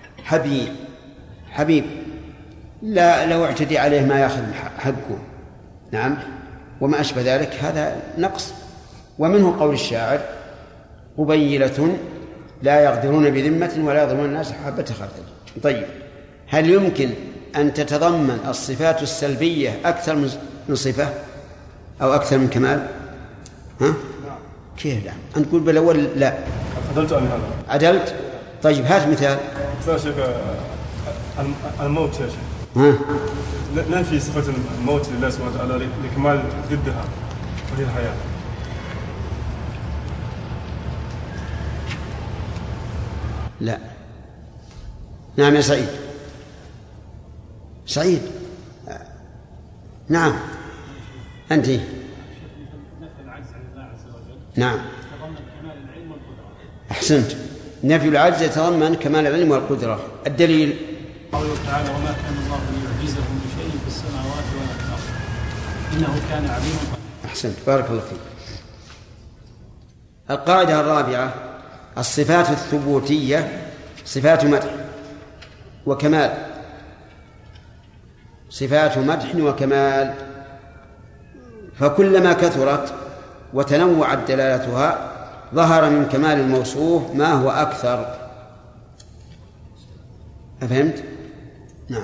حبيب لا لو اعتدي عليه ما يأخذ حقه. نعم، وما أشبه ذلك، هذا نقص. ومنه قول الشاعر: قبيلة لا يقدرون بذمة ولا يظلمون الناس حبة خردل. طيب، هل يمكن أن تتضمن الصفات السلبية أكثر من صفة أو أكثر من كمال؟ ها؟ كيف لا؟ أنت تقول بالأول لا. عدلت عن هذا. عدلت؟ طيب هات مثال. شيخ الموت يا شيخ. ننفي صفة الموت لله سبحانه وتعالى لكمال ضدها وهي الحياة. لا. نعم يا سعيد. نعم أنت. نعم، أحسنت. نفي العجز يتضمن كمال العلم والقدرة. الدليل قوله تعالى: وما كان الله ليعجزه بشيء في السماوات ولا في الأرض إنه كان عليما قديرا. أحسنت، بارك الله فيك. القاعدة الرابعة: الصفات الثبوتية صفات مدح وكمال. صفات مدح وكمال، فكلما كثرت وتنوعت دلالتها ظهر من كمال الموصوف ما هو أكثر. أفهمت؟ نعم.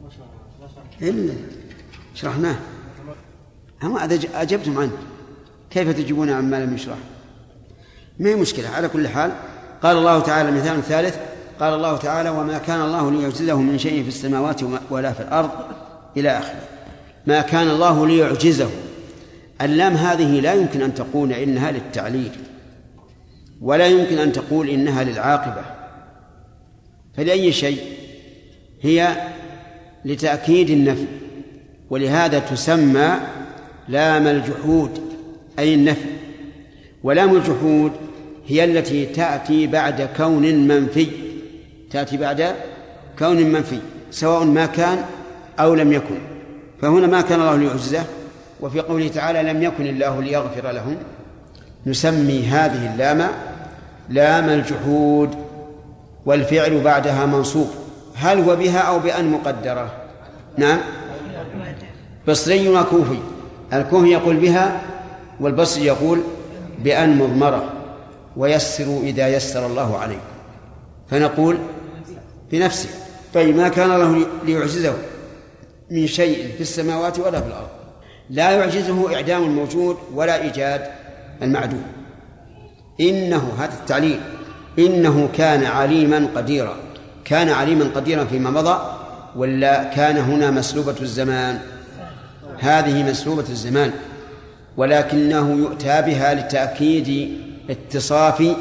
إلا شرحناه. أما أجبتم عنه. كيف تجيبون عما لم يشرح؟ ما هي مشكلة. على كل حال قال الله تعالى مثال ثالث، قال الله تعالى وما كان الله ليعجزه من شيء في السماوات ولا في الأرض إلى آخره. ما كان الله ليعجزه، اللام هذه لا يمكن أن تقول إنها للتعليل ولا يمكن أن تقول إنها للعاقبة، فلأي شيء هي لتأكيد النفي، ولهذا تسمى لام الجحود أي النفي. ولام الجحود هي التي تأتي بعد كون منفي، تأتي بعد كون منفي سواء ما كان أو لم يكن. فهنا ما كان الله ليعجزه، وفي قوله تعالى لم يكن الله ليغفر لهم، نسمي هذه اللام لام الجحود، والفعل بعدها منصوب. هل هو بها أو بأن مقدرة؟ نعم، بصري وكوفي. الكوفي يقول بها والبصري يقول بأن مضمرة، ويسروا إذا يسر الله عليكم، فنقول بنفسه. طيب ما كان الله ليعجزه من شيء في السماوات ولا في الأرض، لا يعجزه إعدام الموجود ولا إيجاد المعدوم. إنه، هذا التعليل، إنه كان عليما قديرا. كان عليما قديرا فيما مضى، ولا كان هنا مسلوبة الزمان؟ هذه مسلوبة الزمان، ولكنه يؤتى بها لتأكيد اتصاف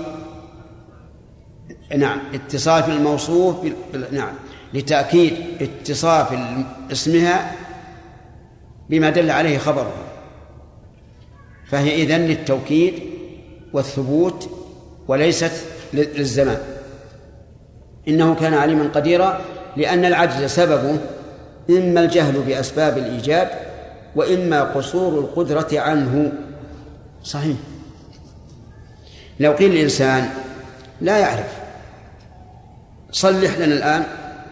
الموصوف لتأكيد اتصاف اسمها بما دل عليه خبره، فهي إذن للتوكيد والثبوت وليست للزمان. إنه كان عليما قديرا، لأن العجز سببه إما الجهل بأسباب الإيجاد وإما قصور القدرة عنه. صحيح، لو قيل الإنسان لا يعرف صلح لنا الآن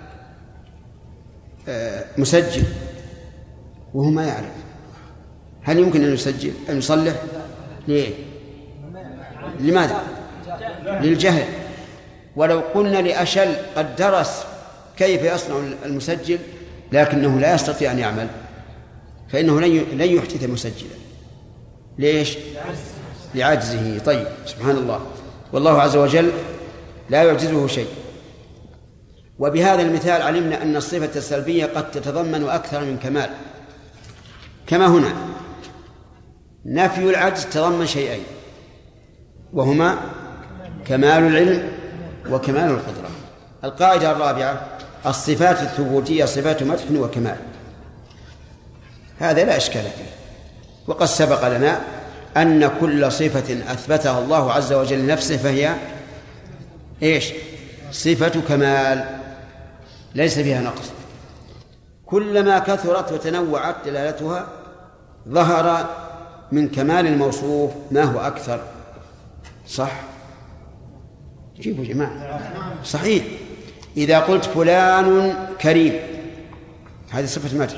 مسجل وهو ما يعرف، هل يمكن أن يسجل أن يصلح؟ ليه؟ لماذا؟ للجهل. ولو قلنا لأشل قد درس كيف يصنع المسجل لكنه لا يستطيع أن يعمل، فإنه لن يحدث مسجلا. ليش؟ لعجزه. طيب، سبحان الله، والله عز وجل لا يعجزه شيء. وبهذا المثال علمنا أن الصفة السلبية قد تتضمن أكثر من كمال، كما هنا نفي العجز تضمن شيئين، وهما كمال العلم وكمال القدرة. القاعدة الرابعة: الصفات الثبوتية صفات مدح وكمال، هذا لا إشكال فيه. وقد سبق لنا أن كل صفة أثبتها الله عز وجل لنفسه فهي إيش؟ صفة كمال ليس فيها نقص. كلما كثرت وتنوعت دلالتها ظهر من كمال الموصوف ما هو أكثر. صح؟ جيبوا جماعة. صحيح، إذا قلت فلان كريم هذه صفة مدح،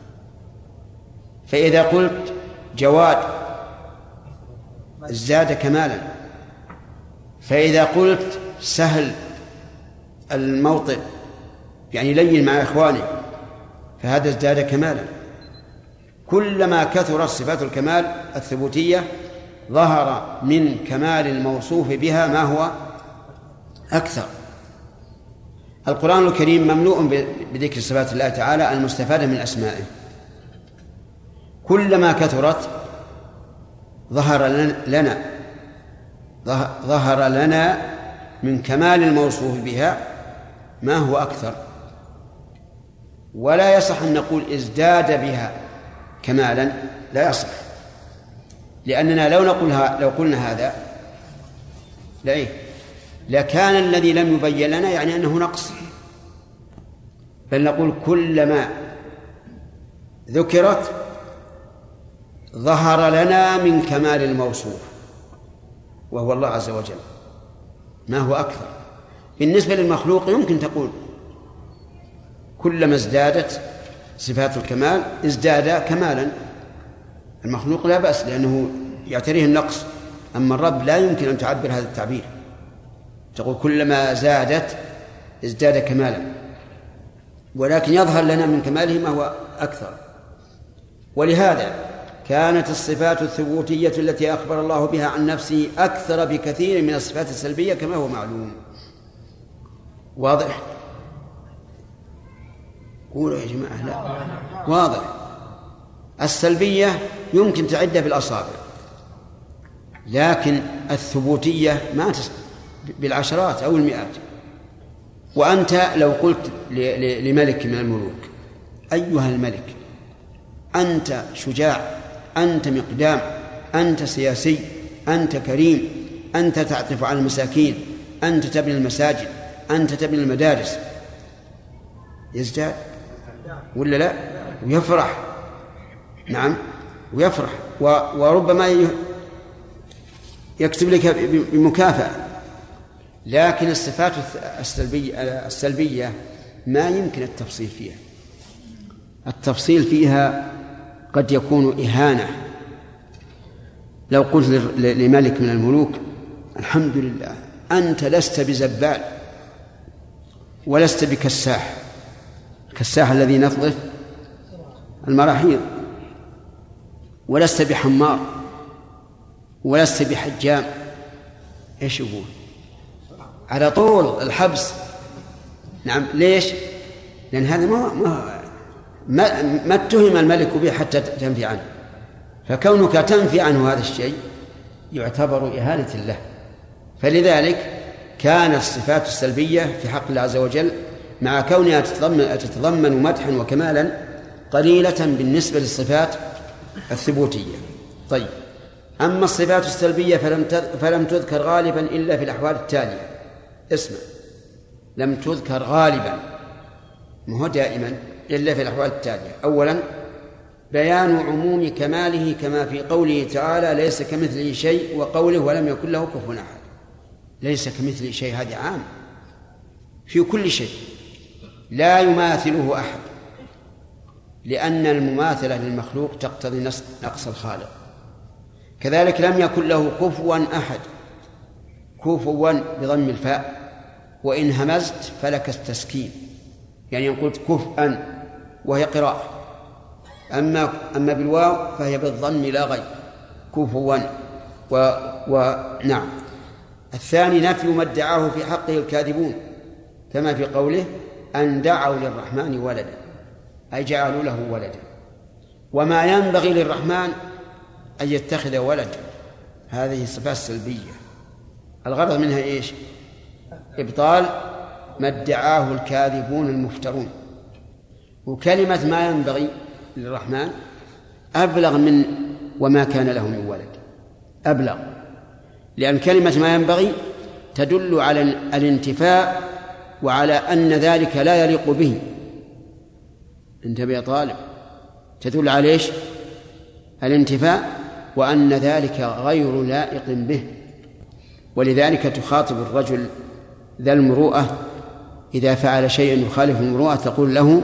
فإذا قلت جواد ازداد كمالا، فإذا قلت سهل الموطئ يعني لين مع إخوانه فهذا ازداد كمالا. كلما كثرت صفات الكمال الثبوتية ظهر من كمال الموصوف بها ما هو أكثر. القرآن الكريم مملوء بذكر صفات الله تعالى المستفادة من أسمائه، كلما كثرت ظهر لنا من كمال الموصوف بها ما هو أكثر. ولا يصح أن نقول ازداد بها كمالا، لا يصح، لأننا لو قلنا هذا لكان الذي لم يبين لنا يعني أنه نقص، بل نقول كلما ذكرت ظهر لنا من كمال الموصوف وهو الله عز وجل ما هو أكثر. بالنسبة للمخلوق يمكن تقول كلما ازدادت صفات الكمال ازداد كمالا، المخلوق لا بأس لأنه يعتريه النقص، أما الرب لا يمكن أن تعبر هذا التعبير، تقول كلما زادت ازداد كمالا، ولكن يظهر لنا من كماله ما هو أكثر. ولهذا كانت الصفات الثبوتية التي أخبر الله بها عن نفسه أكثر بكثير من الصفات السلبية كما هو معلوم. واضح؟ قولوا يا جماعة. لا واضح. السلبية يمكن تعدها بالأصابع، لكن الثبوتية ما بالعشرات أو المئات. وأنت لو قلت لملك من الملوك: أيها الملك، أنت شجاع، أنت مقدام، أنت سياسي، أنت كريم، أنت تعطف على المساكين، أنت تبني المساجد، أنت تبني المدارس، يزداد ولا لا؟ ويفرح. نعم ويفرح، وربما يكتب لك بمكافأة. لكن الصفات السلبية ما يمكن التفصيل فيها. التفصيل فيها قد يكون إهانة. لو قلت لملك من الملوك: الحمد لله أنت لست بزبال ولست بكساح، الكساح الذي ينظف المراحيض، ولست بحمار، ولست بحجام، ايش يقول؟ على طول الحبس. نعم. ليش؟ لأن هذا ما اتهم الملك به حتى تنفي عنه، فكونك تنفي عنه هذا الشيء يعتبر إهانة له. فلذلك كانت الصفات السلبية في حق الله عز وجل مع كونها تتضمن مدحا وكمالا قليلة بالنسبة للصفات الثبوتية. طيب، أما الصفات السلبية فلم تذكر غالبا إلا في الأحوال التالية. اسمع، لم تذكر غالبا، ما هو دائما، إلا في الأحوال التالية. أولا، بيان عموم كماله كما في قوله تعالى: ليس كمثله شيء، وقوله: ولم يكن له كفوا أحد. ليس كمثله شيء هذه عام في كل شيء، لا يماثله أحد، لأن المماثلة للمخلوق تقتضي نقص الخالق. كذلك لم يكن له كفوا أحد، كفوا بضم الفاء، وإن همزت فلك التسكين، يعني إن قلت كفءا وهي قراءة، أما بالواو فهي بالضم لا غير، كفوا نعم. الثاني نفي ما ادعاه في حقه الكاذبون، كما في قوله: أن دعوا للرحمن ولدا، أي جعلوا له ولدا. وما ينبغي للرحمن أن يتخذ ولدا، هذه صفات سلبية. الغرض منها إيش؟ إبطال ما ادعاه الكاذبون المفترون. وكلمة ما ينبغي للرحمن أبلغ من وما كان له من ولد، أبلغ، لأن كلمة ما ينبغي تدل على الانتفاء وعلى أن ذلك لا يليق به. انتبه يا طالب، تدل على إيش؟ الانتفاء، وأن ذلك غير لائق به. ولذلك تخاطب الرجل ذا المروءة إذا فعل شيئا يخالف المروءة تقول له: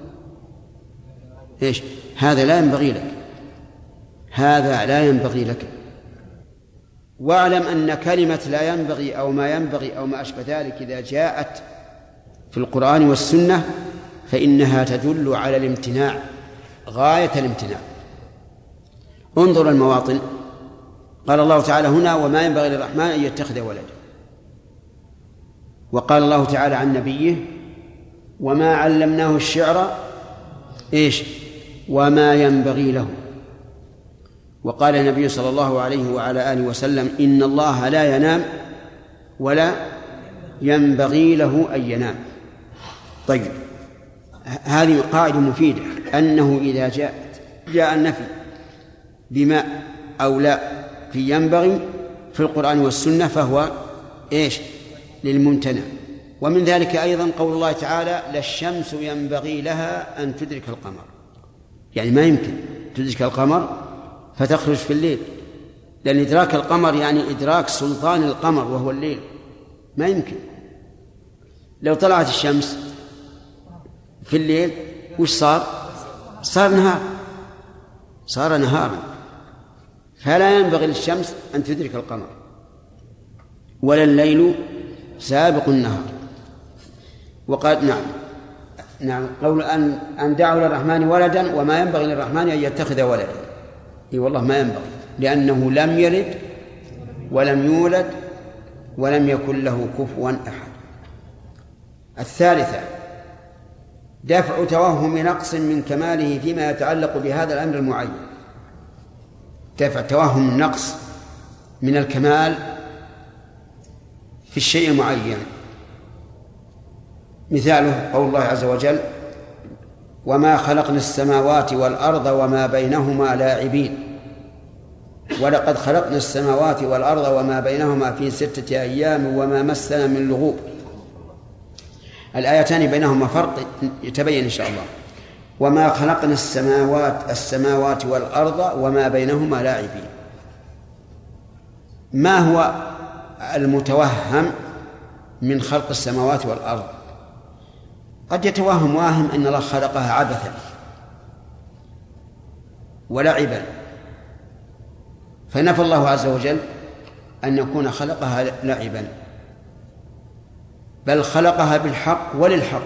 إيش؟ هذا لا ينبغي لك، هذا لا ينبغي لك. واعلم أن كلمة لا ينبغي أو ما ينبغي أو ما أشبه ذلك إذا جاءت في القرآن والسنة فإنها تدل على الامتناع، غاية الامتناع. انظر المواطن، قال الله تعالى هنا: وما ينبغي للرحمن أن يتخذ ولدا. وقال الله تعالى عن نبيه: وما علمناه الشعر إيش؟ وما ينبغي له. وقال النبي صلى الله عليه وعلى آله وسلم: إن الله لا ينام ولا ينبغي له أن ينام. طيب، هذه قاعدة مفيدة، أنه إذا جاء النفي بما أو لا في ينبغي في القرآن والسنة فهو إيش؟ للممتنع. ومن ذلك أيضا قول الله تعالى: لا الشمس ينبغي لها أن تدرك القمر، يعني ما يمكن تدرك القمر فتخرج في الليل، لأن إدراك القمر يعني إدراك سلطان القمر وهو الليل، ما يمكن. لو طلعت الشمس في الليل وش صار نهار، صار نهارا. فلا ينبغي للشمس أن تدرك القمر، ولا الليل سابق النهار. وقال نعم قول أن دعوا للرحمن ولدا وما ينبغي للرحمن أن يتخذ ولدا. اي والله ما ينبغي، لأنه لم يلد ولم يولد ولم يكن له كفوا أحد. الثالثة دفع توهم نقص من كماله فيما يتعلق بهذا الأمر المعين. دفع توهم النقص من الكمال في الشيء المعين. مثاله قول الله عز وجل: وما خلقنا السماوات والأرض وما بينهما لاعبين. ولقد خلقنا السماوات والأرض وما بينهما في 6 أيام وما مسنا من لغوب. الآيتان بينهما فرق يتبين إن شاء الله. وما خلقنا السماوات والأرض وما بينهما لاعبين. ما هو المتوهم من خلق السماوات والأرض؟ قد يتوهم واهم أن الله خلقها عبثا ولعبا، فنفى الله عز وجل أن يكون خلقها لعبا، بل خلقها بالحق وللحق.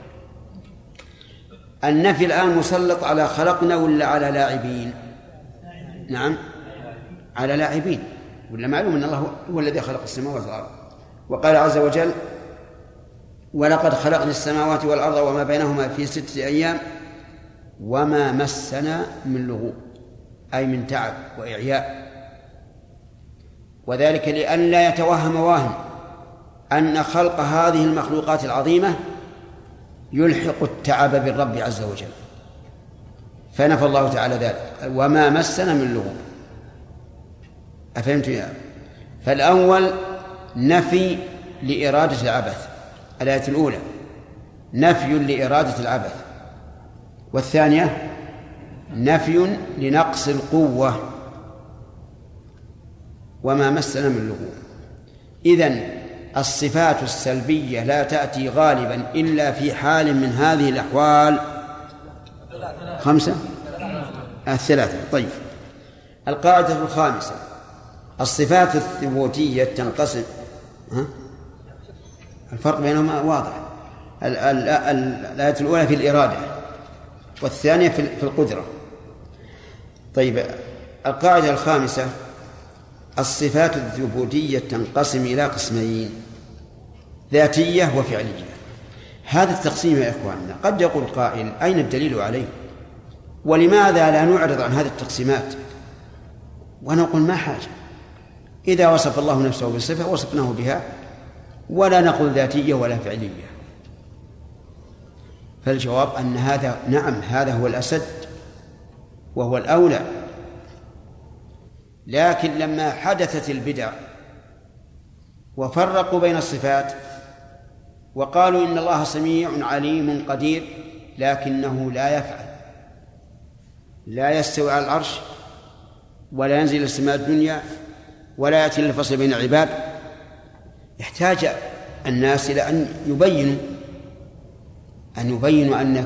النفي الآن مسلط على خلقنا ولا على لاعبين؟ نعم، على لاعبين، ولا معلوم أن الله هو الذي خلق السماوات والأرض. وقال عز وجل: ولقد خلقنا السماوات والأرض وما بينهما في 6 أيام وما مسنا من لغوب، أي من تعب وإعياء. وذلك لئلا يتوهم واهم أن خلق هذه المخلوقات العظيمة يلحق التعب بالرب عز وجل، فنفى الله تعالى ذلك: وما مسنا من لغوب. أفهمت يا؟ فالأول نفي لإرادة العبث، الآية الأولى نفي لإرادة العبث، والثانية نفي لنقص القوة، وما مسنا من لغوب. إذن الصفات السلبية لا تأتي غالبا إلا في حال من هذه الأحوال 5 الثلاثة. طيب، القاعدة الخامسة: الصفات الثبوتية تنقسم. الفرق بينهما واضح. الآية الأولى في الإرادة والثانية في القدرة. طيب، القاعدة الخامسة: الصفات الثبوتية تنقسم إلى قسمين: ذاتية وفعلية. هذا التقسيم يا إخواننا قد يقول قائل: أين الدليل عليه؟ ولماذا لا نعرض عن هذه التقسيمات؟ ونقول: ما حاجة، إذا وصف الله نفسه بصفة وصفناه بها، ولا نقول ذاتية ولا فعلية. فالجواب أن هذا نعم، هذا هو الأسد وهو الأولى. لكن لما حدثت البدع وفرقوا بين الصفات وقالوا إن الله سميع عليم قدير، لكنه لا يفعل، لا يستوي على العرش ولا ينزل إلى السماء الدنيا ولا يأتي للفصل بين العباد، احتاج الناس إلى أن يبينوا أن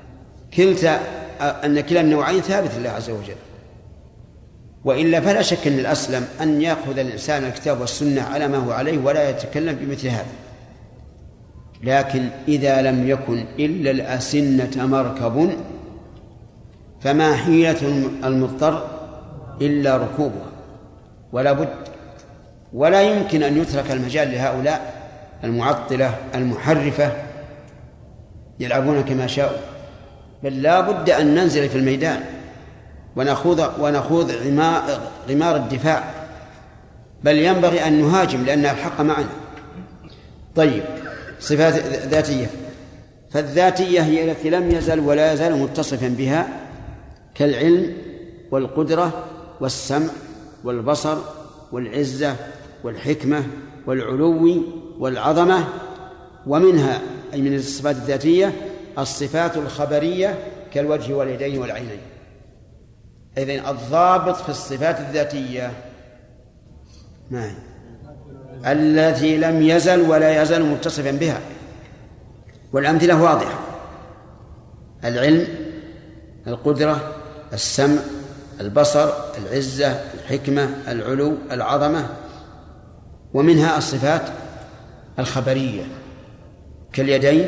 كلا النوعين ثابت لله عز وجل. وإلا فلا شك أن الأسلم أن يأخذ الإنسان الكتاب والسنة على ما هو عليه ولا يتكلم بمثل هذا. لكن إذا لم يكن إلا الأسنة مركب فما حيلة المضطر إلا ركوبها، ولا بد، ولا يمكن أن يترك المجال لهؤلاء المعطلة المحرفة يلعبون كما شاءوا، بل لا بد أن ننزل في الميدان ونخوض غمار الدفاع، بل ينبغي أن نهاجم لأن الحق معنا. طيب، صفات ذاتية، فالذاتية هي التي لم يزل ولا يزال متصفا بها، كالعلم والقدرة والسمع والبصر والعزة والحكمة والعلو والعظمة. ومنها أي من الصفات الذاتية الصفات الخبرية كالوجه واليدين والعينين. إذن الضابط في الصفات الذاتية ما هي؟ التي لم يزل ولا يزال متصفا بها، والأمثلة واضحة: العلم، القدرة، السمع، البصر، العزة، الحكمة، العلو، العظمة. ومنها الصفات الخبرية كاليدين،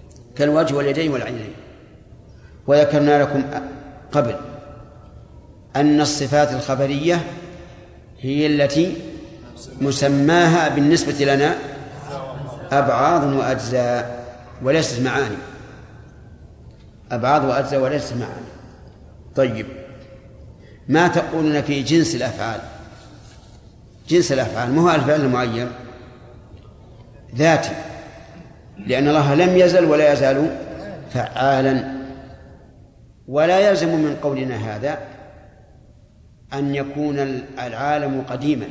كالوجه واليدين والعينين. وذكرنا لكم قبل أن الصفات الخبرية هي التي مسماها بالنسبة لنا أبعاض وأجزاء وليست معاني، أبعاض وأجزاء وليست معاني. طيب، ما تقولون في جنس الأفعال؟ جنس الأفعال ما هو الفعل المعين؟ ذاتي، لأن الله لم يزل ولا يزال فعالا. ولا يلزم من قولنا هذا أن يكون العالم قديما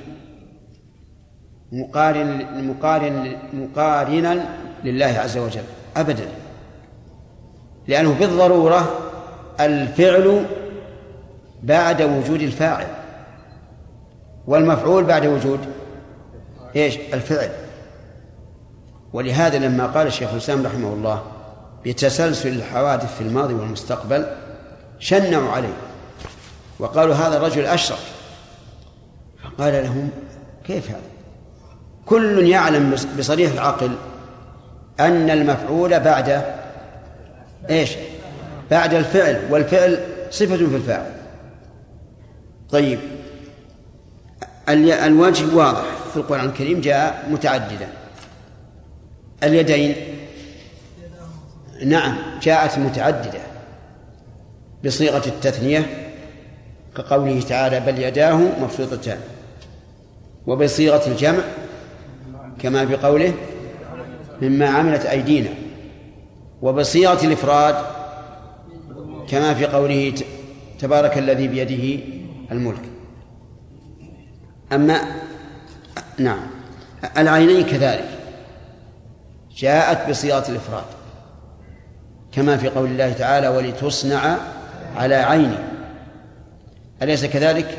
مقارنا لله عز وجل أبدا، لأنه بالضرورة الفعل بعد وجود الفاعل، والمفعول بعد وجود إيش؟ الفعل. ولهذا لما قال الشيخ الإسلام رحمه الله بتسلسل الحوادث في الماضي والمستقبل شنعوا عليه وقالوا هذا الرجل أشرك، فقال لهم كيف هذا؟ كل يعلم بصريح العقل أن المفعول بعد إيش؟ بعد الفعل، والفعل صفة في الفاعل. طيب، الوجه واضح في القرآن الكريم جاء متعددا. اليدين نعم جاءت متعددة بصيغة التثنية كقوله تعالى بل يداه مبسوطتان، وبصيغة الجمع كما بقوله مما عملت أيدينا، وبصيغة الإفراد كما في قوله تبارك الذي بيده الملك. أما نعم العينين كذلك جاءت بصيغة الإفراد كما في قول الله تعالى ولتصنع على عيني، أليس كذلك؟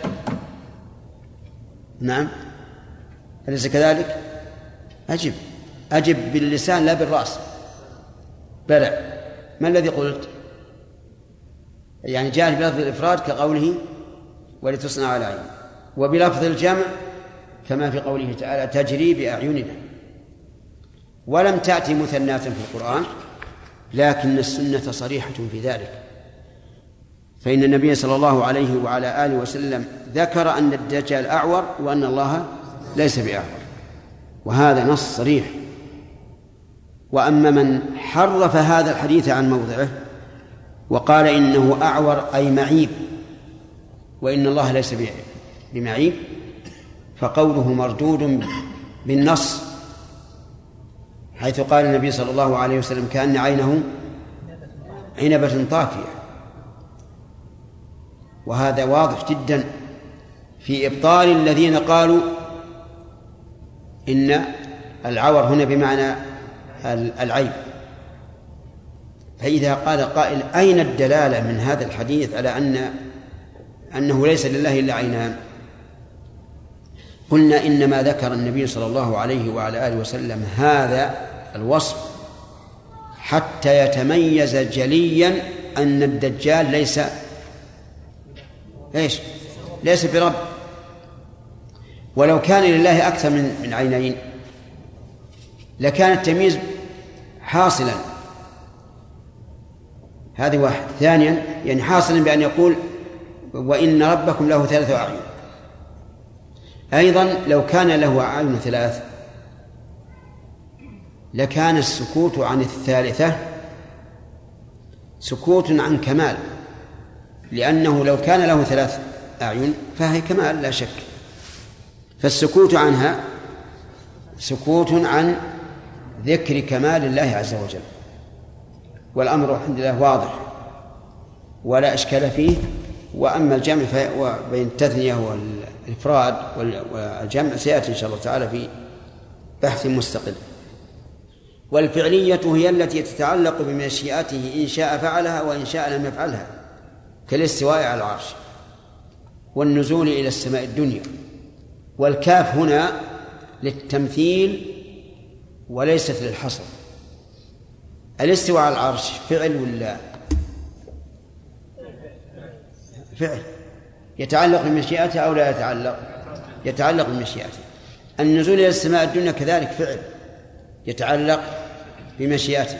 نعم أليس كذلك؟ أجب باللسان لا بالرأس. بلى، ما الذي قلت؟ يعني جاء بلفظ الإفراد كقوله ولتصنع على عيني، وبلفظ الجمع كما في قوله تعالى تجري بأعيننا. ولم تأتي مثنات في القرآن، لكن السنة صريحة في ذلك، فإن النبي صلى الله عليه وعلى آله وسلم ذكر أن الدجال أعور وأن الله ليس بأعور، وهذا نص صريح. وأما من حرف هذا الحديث عن موضعه وقال إنه أعور أي معيب وإن الله ليس بمعيب، فقوله مردود بالنص، حيث قال النبي صلى الله عليه وسلم كأن عينه عنبة طافية، وهذا واضح جدا في إبطال الذين قالوا إن العور هنا بمعنى العيب. فإذا قال قائل أين الدلالة من هذا الحديث على أنه ليس لله إلا عينان؟ قلنا إنما ذكر النبي صلى الله عليه وعلى آله وسلم هذا الوصف حتى يتميز جليا أن الدجال ليس برب. ولو كان لله أكثر من عينين لكان التمييز حاصلا. هذه واحد. ثانيا يعني حاصلا بأن يقول وإن ربكم له 3 أعين. أيضا لو كان له أعين 3 لكان السكوت عن الثالثة سكوت عن كمال، لأنه لو كان له 3 أعين فهي كمال لا شك، فالسكوت عنها سكوت عن ذكر كمال الله عز وجل. والأمر الحمد لله واضح ولا إشكال فيه. وأما الجمع بين التثنية والإفراد والجمع سيأتي إن شاء الله تعالى في بحث مستقل. والفعلية هي التي تتعلق بمشيئته إن شاء فعلها وإن شاء لم يفعلها، كالاستواء على العرش والنزول إلى السماء الدنيا. والكاف هنا للتمثيل وليست للحصر. الاستواء على العرش فعل ولا فعل؟ يتعلق بمشيئته أو لا يتعلق؟ يتعلق بمشيئته. النزول إلى السماء الدنيا كذلك فعل يتعلق بمشيئته.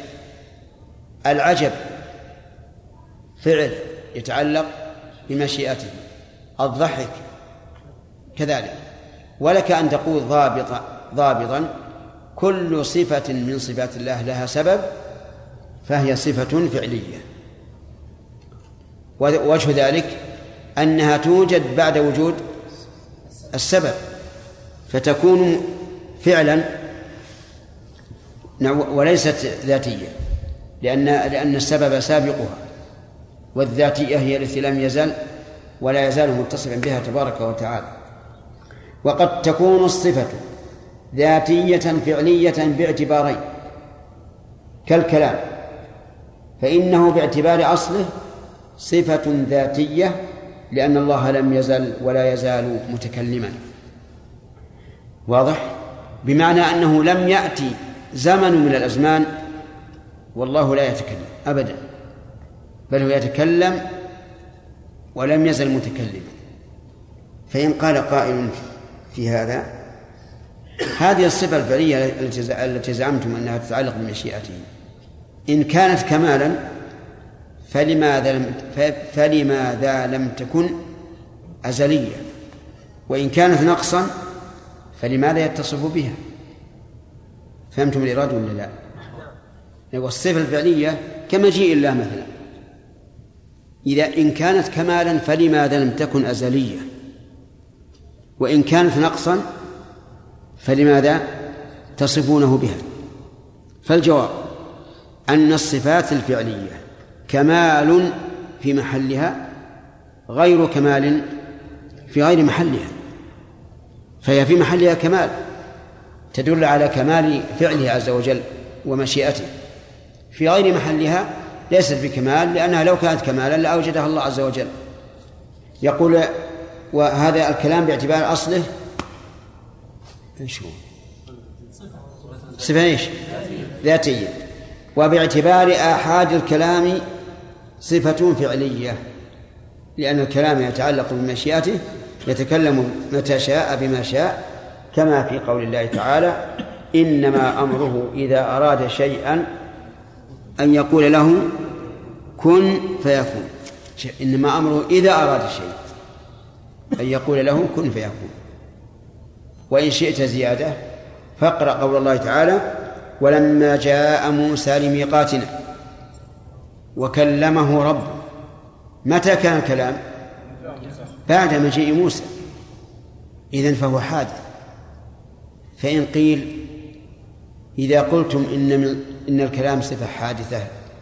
العجب فعل يتعلق بمشيئته. الضحك كذلك. ولك أن تقول ضابطا كل صفة من صفات الله لها سبب فهي صفة فعلية، ووجه ذلك أنها توجد بعد وجود السبب فتكون فعلا وليست ذاتية، لأن السبب سابقها، والذاتية هي التي لم يزل ولا يزال متصفا بها تبارك وتعالى. وقد تكون الصفة ذاتية فعلية باعتبارين كالكلام، فإنه باعتبار أصله صفة ذاتية لأن الله لم يزل ولا يزال متكلما، واضح؟ بمعنى أنه لم يأتي زمن من الأزمان والله لا يتكلم أبدا، بل هو يتكلم ولم يزل متكلما. فإن قال قائل في هذا هذه الصفة الفعلية التي زعمتم أنها تتعلق بمشيئته إن كانت كمالا فلماذا لم تكن أزلية، وإن كانت نقصا فلماذا يتصف بها؟ فهمتم الإرادة ولا لا؟ والصفة الفعلية كمجيء الله مثلا، إن كانت كمالا فلماذا لم تكن أزلية، وإن كانت نقصا فلماذا تصفونه بها؟ فالجواب أن الصفات الفعلية كمال في محلها غير كمال في غير محلها، فهي في محلها كمال تدل على كمال فعله عز وجل ومشيئته، في غير محلها ليست بكمال، لأنها لو كانت كمالا لأوجدها الله عز وجل. يقول وهذا الكلام باعتبار أصله صفة ايش؟ ذاتية، وباعتبار آحاد الكلام صفة فعلية، لأن الكلام يتعلق بمشيئته يتكلم متى شاء بما شاء، كما في قول الله تعالى إنما أمره إذا أراد شيئا أن يقول له كن فيكون. إنما أمره إذا أراد شيء أن يقول له كن فيكون. وإن شئت زيادة فاقرأ قول الله تعالى ولما جاء موسى لميقاتنا وكلمه ربه. متى كان الكلام؟ بعد مجيء موسى، إذن فهو حادث. فإن قيل إذا قلتم إن الكلام صفة حادثة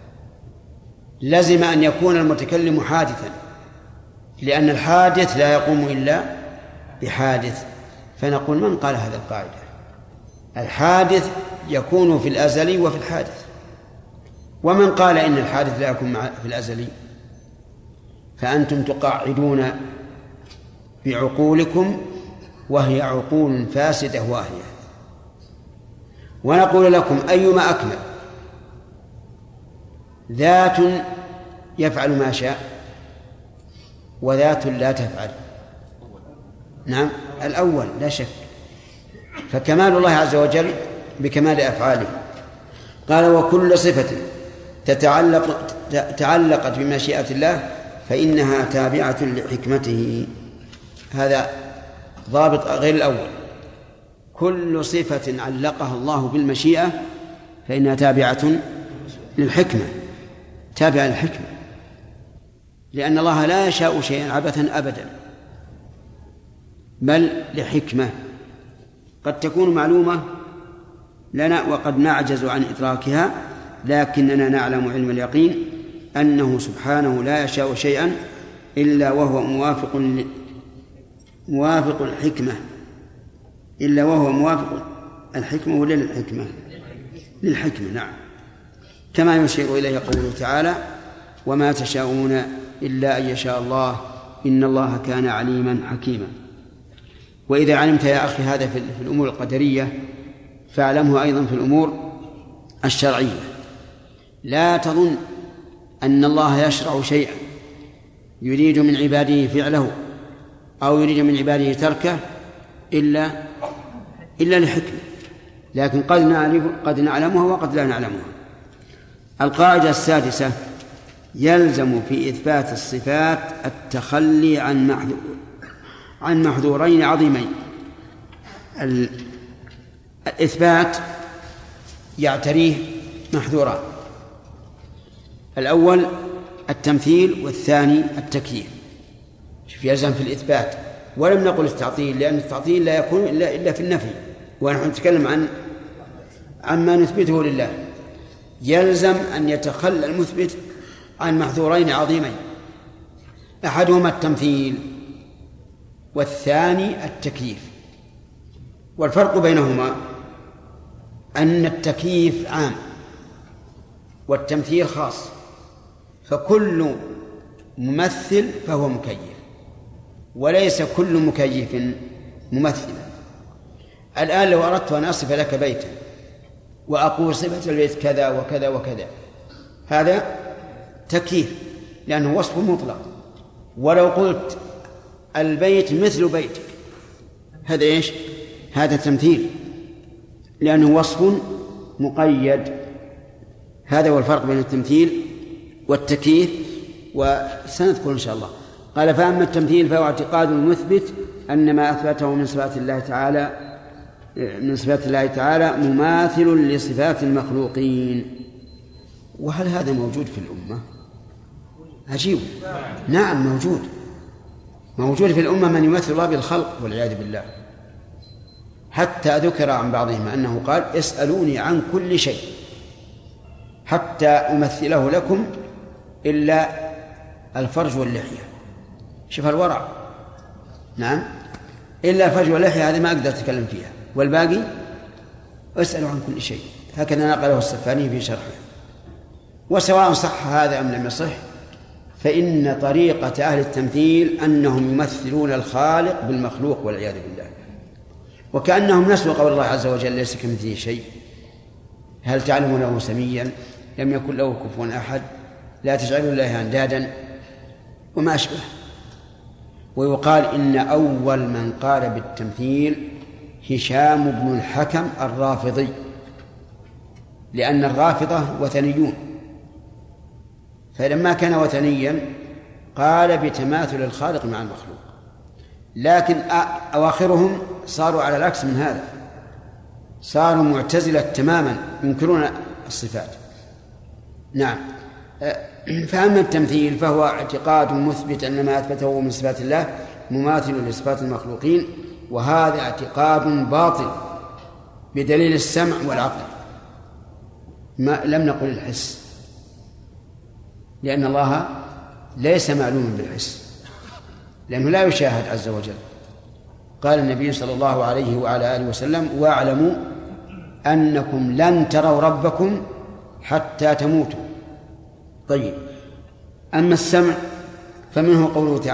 لزم أن يكون المتكلم حادثا، لأن الحادث لا يقوم إلا بحادث. فنقول من قال هذا القاعدة؟ الحادث يكون في الأزلي وفي الحادث. ومن قال إن الحادث لا يكون في الأزلي؟ فأنتم تقاعدون بعقولكم وهي عقول فاسدة واهية. ونقول لكم أيما أكمل، ذات يفعل ما شاء وذات لا تفعل؟ نعم الأول لا شك. فكمال الله عز وجل بكمال أفعاله. قال وكل صفة تعلقت بمشيئة الله فإنها تابعة لحكمته. هذا ضابط غير الأول. كل صفة علقها الله بالمشيئة فإنها تابعة للحكمة، تابعة للحكمة، لأن الله لا يشاء شيئا عبثا أبدا، بل لحكمة قد تكون معلومة لنا وقد نعجز عن إدراكها، لكننا نعلم علم اليقين أنه سبحانه لا يشاء شيئا إلا وهو موافق الحكمة، إلا وهو موافق الحكمة ولا للحكمة؟ للحكمة نعم، كما يشير إليه قوله تعالى وما تشاءون إلا أن يشاء الله إن الله كان عليما حكيما. وإذا علمت يا أخي هذا في الأمور القدرية فاعلمه أيضا في الأمور الشرعية. لا تظن أن الله يشرع شيئا يريد من عباده فعله أو يريد من عباده تركه إلا لحكمة، لكن قد نعلمها وقد لا نعلمها. القاعدة السادسة: يلزم في إثبات الصفات التخلي عن محذورين عظيمين. الإثبات يعتريه محذوران: الأول التمثيل، والثاني التكييف. يلزم في الإثبات، ولم نقل التعطيل، لأن التعطيل لا يكون إلا في النفي، ونحن نتكلم عن ما نثبته لله. يلزم أن يتخلى المثبت عن محذورين عظيمين: أحدهما التمثيل، والثاني التكييف. والفرق بينهما أن التكييف عام والتمثيل خاص، فكل ممثل فهو مكيف، وليس كل مكيف ممثلا. الآن لو أردت أن أصف لك بيتا وأقول صفة البيت كذا وكذا وكذا، هذا تكييف لأنه وصف مطلق. ولو قلت البيت مثل بيتك، هذا إيش؟ هذا تمثيل لأنه وصف مقيد. هذا هو الفرق بين التمثيل والتكييف، وسنذكر إن شاء الله. قال: فأما التمثيل فهو اعتقاد المثبت أن ما أثبته من صفات الله تعالى مماثل لصفات المخلوقين. وهل هذا موجود في الأمة؟ عجيب. نعم موجود في الأمة من يمثل الله بالخلق والعياذ بالله، حتى ذكر عن بعضهم أنه قال: اسألوني عن كل شيء حتى أمثله لكم إلا الفرج واللحية. شوف الورع. نعم، إلا الفرج واللحية هذه ما أقدر أتكلم فيها، والباقي اسألوا عن كل شيء. هكذا نقله السفاني في شرحه. وسواء صح هذا أم لم يصح، فإن طريقة أهل التمثيل أنهم يمثلون الخالق بالمخلوق والعياذ بالله، وكأنهم نسوا قول الله عز وجل: ليس كمثله شيء، هل تعلم له سميا، لم يكن له كفوا أحد، لا تجعلوا الله أندادا، وما أشبه. ويقال إن أول من قال بالتمثيل هشام بن الحكم الرافضي، لأن الرافضة وثنيون، فلما كان وثنيا قال بتماثل الخالق مع المخلوق. لكن أواخرهم صاروا على العكس من هذا، صاروا معتزلة تماما، ينكرون الصفات. نعم. فأما التمثيل فهو اعتقاد مثبت أن ما أثبته من صفات الله مماثل لصفات المخلوقين، وهذا اعتقاد باطل بدليل السمع والعقل. ما لم نقل الحس، لأن الله ليس معلوما بالحس، لأنه لا يشاهد عز وجل. قال النبي صلى الله عليه وعلى آله وسلم: واعلموا أنكم لن تروا ربكم حتى تموتوا. طيب، أما السمع فمنه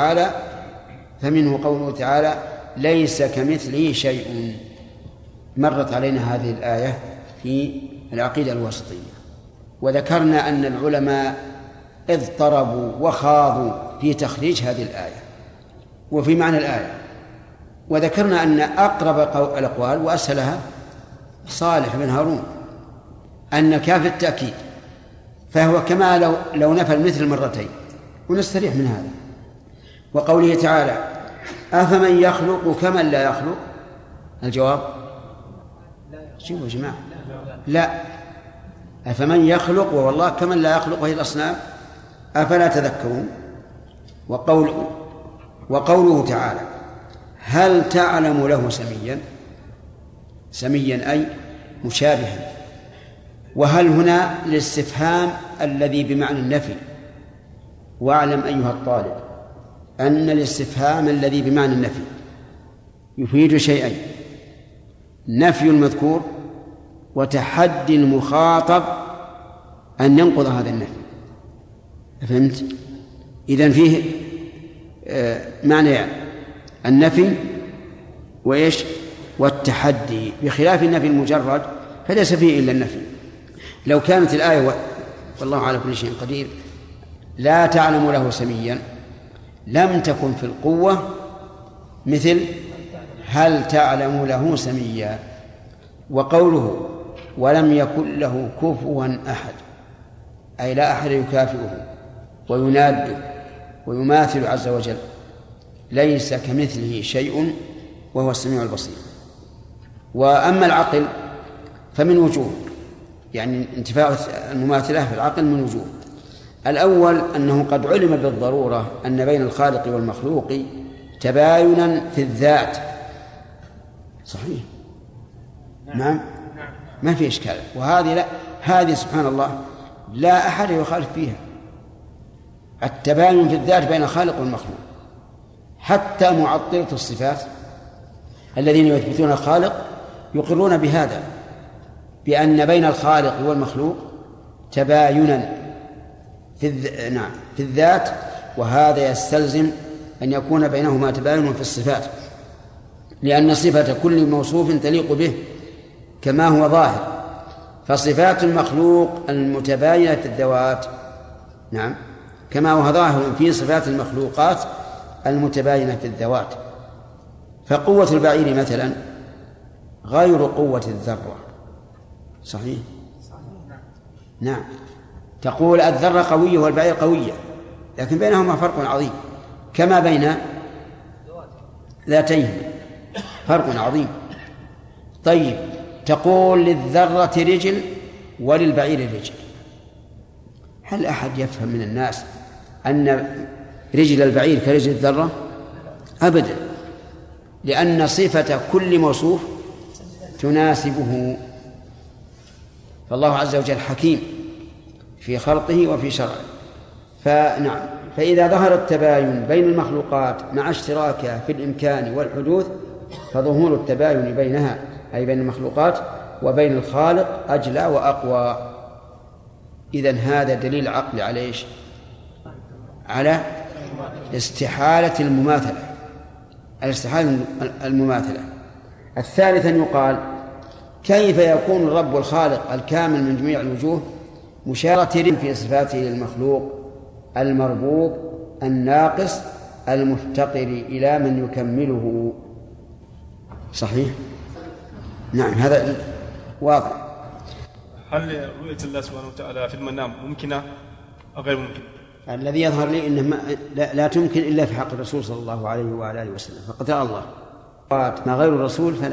قوله تعالى: ليس كمثله شيء. مرت علينا هذه الآية في العقيدة الواسطية، وذكرنا أن العلماء اضطربوا وخاضوا في تخريج هذه الآية وفي معنى الآية، وذكرنا أن أقرب الأقوال وأسهلها صالح بن هارون أن كاف التأكيد، فهو كما لو نفى المثل مرتين، ونستريح من هذا. وقوله تعالى: أفمن يخلق كمن لا يخلق، الجواب: شوفوا يا جماعة، لا، أفمن يخلق والله كمن لا يخلق، وهي الأصنام، أفلا تذكرون. وقوله تعالى: هل تعلم له سميا أي مشابها. وهل هنا للاستفهام الذي بمعنى النفي. واعلم أيها الطالب أن الاستفهام الذي بمعنى النفي يفيد شيئين: نفي المذكور، وتحدي المخاطب أن ينقض هذا النفي. فهمت؟ إذن فيه معنى يعني النفي وإيش؟ والتحدي، بخلاف النفي المجرد فليس فيه إلا النفي. لو كانت الآية والله على كل شيء قدير لا تعلم له سميا، لم تكن في القوة مثل هل تعلم له سميا. وقوله ولم يكن له كفوا أحد، أي لا أحد يكافئه ويناده ويماثل عز وجل. ليس كمثله شيء وهو السميع البصير. وأما العقل فمن وجوه، يعني انتفاء المماثلة في العقل من وجوه. الأول أنه قد علم بالضرورة أن بين الخالق والمخلوق تباينا في الذات. صحيح، نعم، ما في إشكال. وهذه لا، هذه سبحان الله لا أحد يخالف فيها، التباين في الذات بين الخالق والمخلوق. حتى معطلة الصفات الذين يثبتون الخالق يقرون بهذا، بأن بين الخالق والمخلوق تباينا في الذات، وهذا يستلزم أن يكون بينهما تباين في الصفات، لأن صفة كل موصوف تليق به كما هو ظاهر. فصفات المخلوق المتباينة في الذوات نعم كما هو ظاهر في صفات المخلوقات المتباينة في الذوات. فقوة البعير مثلا غير قوة الذرة. صحيح، نعم، تقول الذرة قوية والبعير قوية، لكن بينهما فرق عظيم، كما بين ذاتيهما فرق عظيم. طيب، تقول للذرة رجل وللبعير رجل، هل أحد يفهم من الناس أن رجل البعير كرجل الذرة؟ أبدا، لأن صفة كل موصوف تناسبه. فالله عز وجل حكيم في خلقه وفي شرعه. فنعم، فإذا ظهر التباين بين المخلوقات مع اشتراكها في الإمكان والحدوث، فظهور التباين بينها أي بين المخلوقات وبين الخالق أجلى وأقوى. إذن هذا دليل عقلي على إيش؟ على استحالة المماثلة، الاستحالة المماثلة. الثالث أن يقال كيف يكون الرب الخالق الكامل من جميع الوجوه مشاركة في صفاته للمخلوق المربوب الناقص المفتقر إلى من يكمله؟ صحيح، نعم، هذا واضح. هل رؤية الله سبحانه وتعالى في المنام ممكنة أو غير ممكنة؟ الذي يظهر لي إنه لا تمكن إلا في حق الرسول صلى الله عليه وعلى آله وسلم، فقد رأى الله. ما غير الرسول فلا.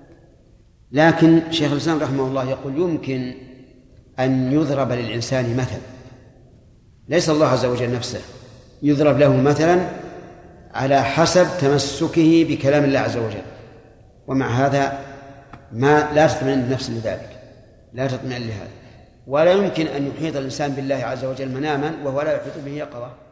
لكن شيخ الإسلام رحمه الله يقول يمكن أن يضرب للإنسان مثل، ليس الله عز وجل نفسه، يضرب له مثلا على حسب تمسكه بكلام الله عز وجل، ومع هذا لا تطمئن النفس لذلك، لا تطمئن لهذا. ولا يمكن أن يحيط الإنسان بالله عز وجل مناما وهو لا يحيط به يقظة.